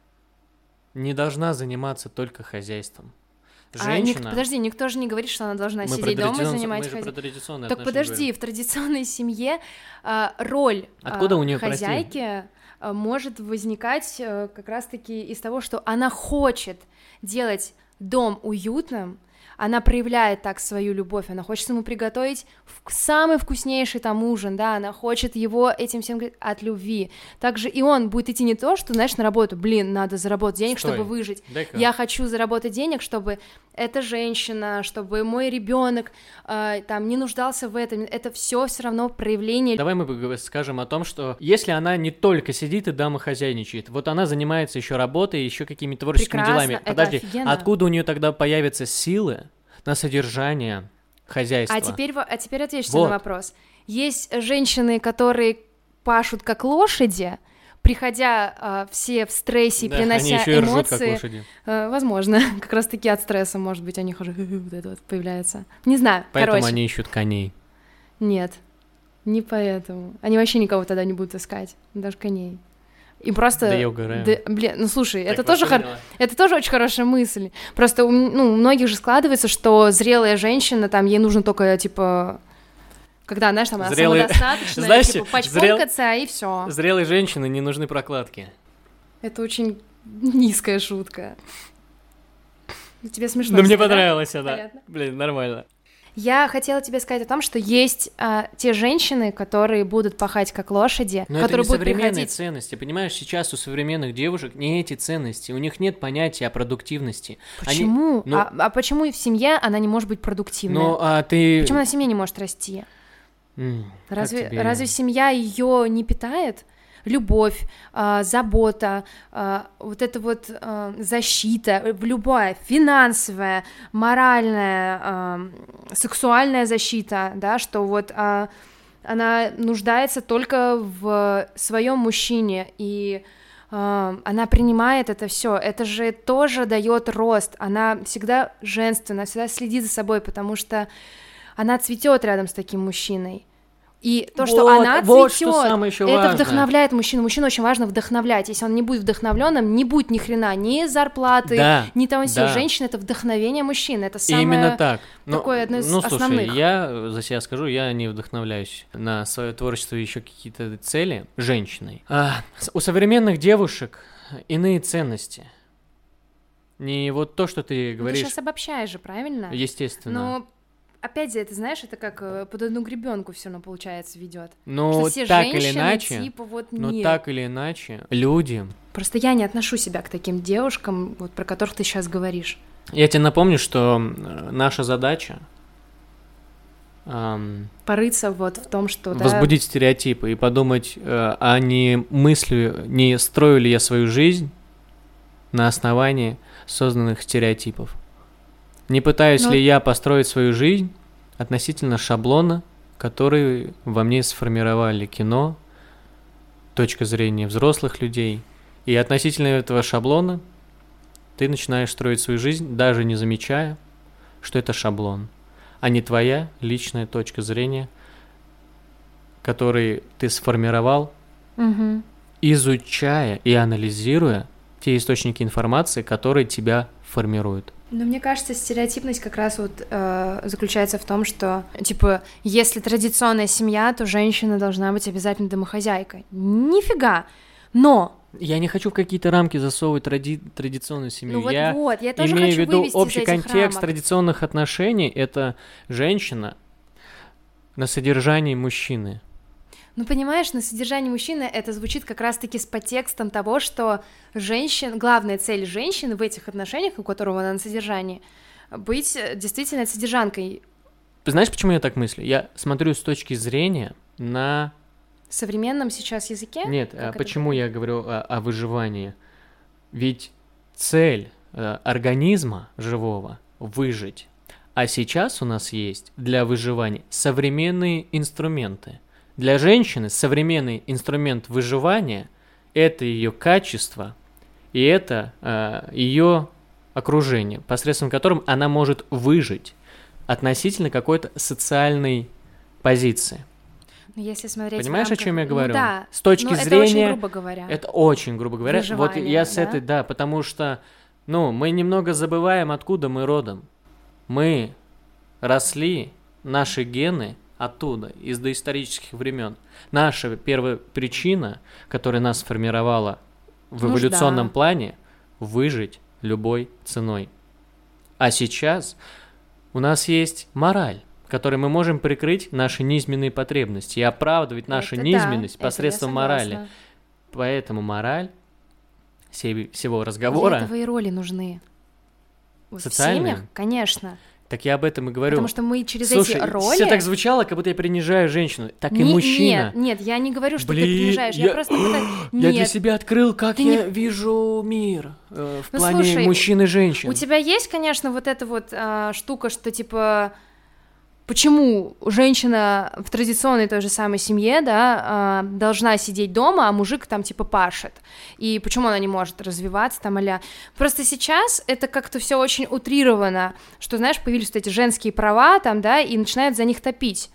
не должна заниматься только хозяйством. Женщина... А, ник... Подожди, никто же не говорит, что она должна мы сидеть дома и занимать хозяйством. Так подожди, говорим. В традиционной семье а, роль Откуда а, у нее, хозяйки а, может возникать а, как раз-таки из того, что она хочет делать дом уютным, она проявляет так свою любовь, она хочет ему приготовить самый вкуснейший там ужин, да, она хочет его этим всем от любви. Также и он будет идти не то, что, знаешь, на работу, блин, надо заработать денег, Стой. чтобы выжить. Дай-ка. Я хочу заработать денег, чтобы эта женщина, чтобы мой ребенок э, там не нуждался в этом. Это все все равно проявление. Давай мы скажем о том, что если она не только сидит и домохозяйничает, вот она занимается еще работой, еще какими-то творческими Прекрасно, делами. это Подожди, офигенно. Откуда у нее тогда появятся силы на содержание хозяйства? А теперь, а теперь отвечу вот. на вопрос. Есть женщины, которые пашут как лошади, приходя э, все в стрессе, да, принося они еще эмоции. И ржут, как лошади. Э, возможно, как раз-таки от стресса, может быть, они хожу, вот это вот появляется. Не знаю, Поэтому короче. они ищут коней. Нет, не поэтому. Они вообще никого тогда не будут искать, даже коней. И просто... Да я угораю. Да, блин, ну слушай, так это тоже, хор... это тоже очень хорошая мысль. Просто у, ну, у многих же складывается, что зрелая женщина, там, ей нужно только, типа... Когда, знаешь, там, она Зрелые... самодостаточная, Знаешь, типа, почпокаться, зрел... и все. Зрелой женщине не нужны прокладки. Это очень низкая шутка. Тебе смешно. Ну, мне да? понравилось она. Понятно. Блин, нормально. Я хотела тебе сказать о том, что есть а, те женщины, которые будут пахать как лошади, Но которые это не будут современные приходить... ценности, понимаешь, сейчас у современных девушек не эти ценности, у них нет понятия о продуктивности. Почему? Они... Ну... А, а почему в семье она не может быть продуктивной? Ну, а ты... Почему она в семье не может расти? Mm, разве, тебе... разве семья ее не питает? Любовь, э, забота, э, вот эта вот э, защита, любая финансовая, моральная, э, сексуальная защита, да, что вот э, она нуждается только в своем мужчине, и э, она принимает это все. Это же тоже дает рост. Она всегда женственна, всегда следит за собой, потому что она цветет рядом с таким мужчиной. И то, что вот, она вот цветет, что самое еще это важно. Вдохновляет мужчину. Мужчину очень важно вдохновлять. Если он не будет вдохновленным, не будет ни хрена, ни зарплаты, да, ни того, ни сего. Да. Женщина — это вдохновение мужчины. Это самое именно так. Такое одно из ну, основных. Слушай, я за себя скажу, я не вдохновляюсь на свое творчество и еще какие-то цели женщиной. А, у современных девушек иные ценности. Не вот то, что ты говоришь. Ты сейчас обобщаешь же, правильно? Естественно. Но опять же, это, знаешь, это как под одну гребенку все равно, получается, ведет. Ну, так или иначе, типа, вот, ну, нет. так или иначе, люди... Просто я не отношу себя к таким девушкам, вот, про которых ты сейчас говоришь. Я тебе напомню, что наша задача... Эм, порыться вот в том, что... Возбудить да, стереотипы и подумать, э, а не мыслью, не строю ли я свою жизнь на основании созданных стереотипов. Не пытаюсь Но... ли я построить свою жизнь относительно шаблона, который во мне сформировали кино, точка зрения взрослых людей. И относительно этого шаблона ты начинаешь строить свою жизнь, даже не замечая, что это шаблон, а не твоя личная точка зрения, которую ты сформировал, угу. изучая и анализируя те источники информации, которые тебя формируют. Но мне кажется, стереотипность как раз вот э, заключается в том, что, типа, если традиционная семья, то женщина должна быть обязательно домохозяйкой. Нифига! Но... Я не хочу в какие-то рамки засовывать тради... традиционную семью. Ну вот, я вот, я тоже имею хочу в виду вывести общий из этих контекст рамок. Традиционных отношений — это женщина на содержании мужчины. Ну, понимаешь, на содержании мужчины это звучит как раз-таки с подтекстом того, что женщин, главная цель женщины в этих отношениях, у которого она на содержании, быть действительно содержанкой. Знаешь, почему я так мыслю? Я смотрю с точки зрения на... В современном сейчас языке? Нет, а это почему я говорю о, о выживании? Ведь цель э, организма живого — выжить. А сейчас у нас есть для выживания современные инструменты. Для женщины современный инструмент выживания – это ее качество и это э, ее окружение, посредством которым она может выжить относительно какой-то социальной позиции. Если смотреть... Понимаешь, рамках... о чем я говорю? Ну, да. С точки ну, зрения... Это очень грубо говоря. Это очень грубо говоря. Выживание, вот я с да? этой, да, потому что, ну, мы немного забываем, откуда мы родом. Мы росли, наши гены оттуда, из доисторических времен. Наша первая причина, которая нас сформировала в Нужда. эволюционном плане, выжить любой ценой. А сейчас у нас есть мораль, которой мы можем прикрыть наши низменные потребности и оправдывать нашу Это низменность да, посредством это я морали. согласна. Поэтому мораль всей- всего разговора... Для этого и роли нужны. Вот в Социальные? семьях, конечно. Так я об этом и говорю. Потому что мы через Слушай, эти роли... все так звучало, как будто я принижаю женщину. Так и Не- мужчина. Нет, нет, я не говорю, что Блин, ты принижаешь. Я, я- просто пытаюсь... Я для Нет. себя открыл, как Ты я не- вижу мир э, в Ну, плане слушай, мужчин и женщин. У тебя есть, конечно, вот эта вот а, штука, что типа... Почему женщина в традиционной той же самой семье, да, а, должна сидеть дома, а мужик там типа пашет? И почему она не может развиваться там а-ля? Просто сейчас это как-то все очень утрировано, что, знаешь, появились вот эти женские права там, да, и начинают за них топить.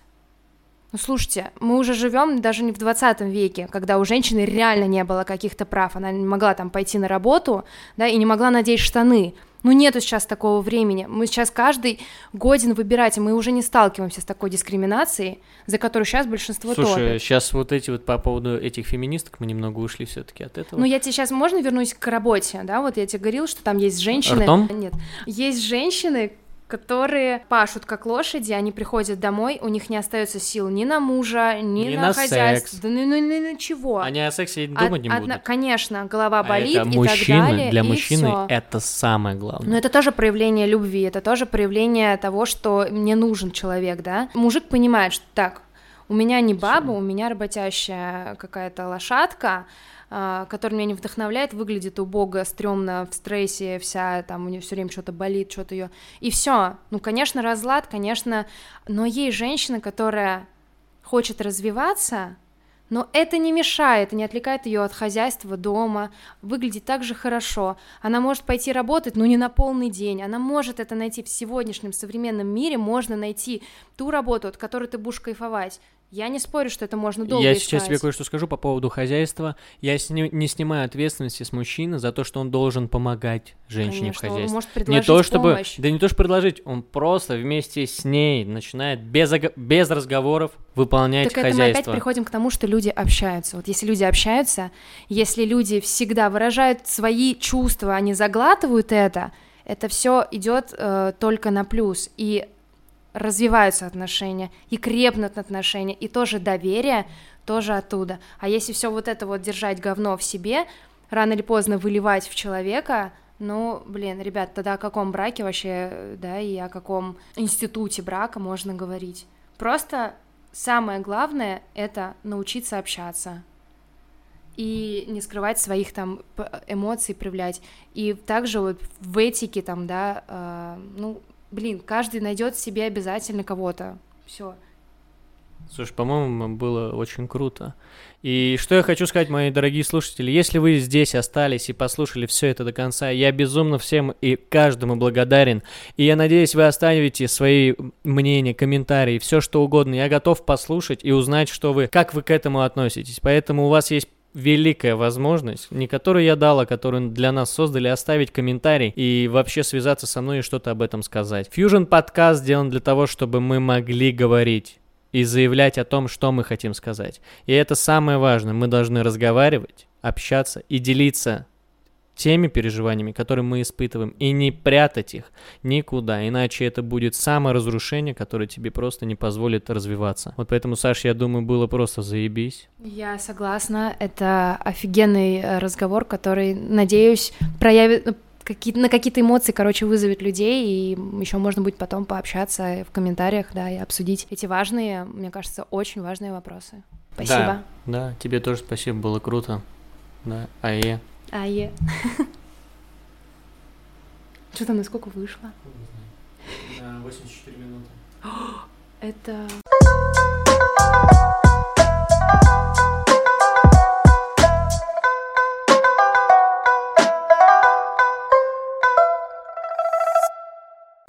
Ну, слушайте, мы уже живем даже не в двадцатом веке, когда у женщины реально не было каких-то прав, она не могла там пойти на работу, да, и не могла надеть штаны. Ну, нету сейчас такого времени. Мы сейчас каждый годен выбирать, и мы уже не сталкиваемся с такой дискриминацией, за которую сейчас большинство Слушай, топит. сейчас вот эти вот по поводу этих феминисток мы немного ушли все-таки от этого. Ну, я тебе сейчас, можно вернусь к работе, да, вот я тебе говорила, что там есть женщины... Ртом? Нет, есть женщины, которые пашут как лошади, они приходят домой, у них не остается сил ни на мужа, ни, Ни на, на хозяйство, секс. да ну, ну, ну, ну, чего. Они о сексе и От- думать не одна- будут. Конечно, голова А болит это и мужчины, так далее, для и мужчины всё. это самое главное. Но это тоже проявление любви, это тоже проявление того, что мне нужен человек, да. Мужик понимает, что так, у меня не баба, у меня работящая какая-то лошадка, а, которая меня не вдохновляет, выглядит убого, стрёмно, в стрессе, вся там у нее все время что-то болит, что-то ее. И все. Ну, конечно, разлад, конечно, но есть женщина, которая хочет развиваться. Но это не мешает, не отвлекает ее от хозяйства дома, выглядит так же хорошо. Она может пойти работать, но не на полный день. Она может это найти в сегодняшнем современном мире, можно найти ту работу, от которой ты будешь кайфовать. Я не спорю, что это можно долго Я искать. сейчас тебе кое-что скажу по поводу хозяйства. Я сни- не снимаю ответственности с мужчины за то, что он должен помогать женщине Конечно, в он хозяйстве. может Не предложить то чтобы, помощь. да не то, что предложить, он просто вместе с ней начинает без, ого- без разговоров выполнять Так это мы хозяйство. опять приходим к тому, что люди общаются. Вот если люди общаются, если люди всегда выражают свои чувства, они заглатывают это, это все идет э, только на плюс. И развиваются отношения, и крепнут отношения, и тоже доверие, тоже оттуда. А если все вот это вот держать говно в себе, рано или поздно выливать в человека, ну, блин, ребят, тогда о каком браке вообще, да, и о каком институте брака можно говорить? Просто самое главное — это научиться общаться и не скрывать своих там п- эмоций, проявлять. И также вот в этике там, да, э, ну, блин, каждый найдет в себе обязательно кого-то. Все. Слушай, по-моему, было очень круто. И что я хочу сказать, мои дорогие слушатели, если вы здесь остались и послушали все это до конца, я безумно всем и каждому благодарен. И я надеюсь, вы оставите свои мнения, комментарии, все что угодно. Я готов послушать и узнать, что вы, как вы к этому относитесь. Поэтому у вас есть великая возможность, не которую я дал, а которую для нас создали, оставить комментарий и вообще связаться со мной и что-то об этом сказать. Fusion подкаст сделан для того, чтобы мы могли говорить и заявлять о том, что мы хотим сказать. И это самое важное. Мы должны разговаривать, общаться и делиться теми переживаниями, которые мы испытываем, и не прятать их никуда, иначе это будет саморазрушение, которое тебе просто не позволит развиваться. Вот поэтому, Саш, я думаю, было просто заебись. Я согласна, это офигенный э, разговор, который, надеюсь, проявит ну, какие- на какие-то эмоции, короче, вызовет людей, и еще можно будет потом пообщаться в комментариях, да, и обсудить эти важные, мне кажется, очень важные вопросы. Спасибо. Да, да, тебе тоже спасибо, было круто. Да, ае. Ае. Что там, насколько вышло? восемьдесят четыре минуты. Это...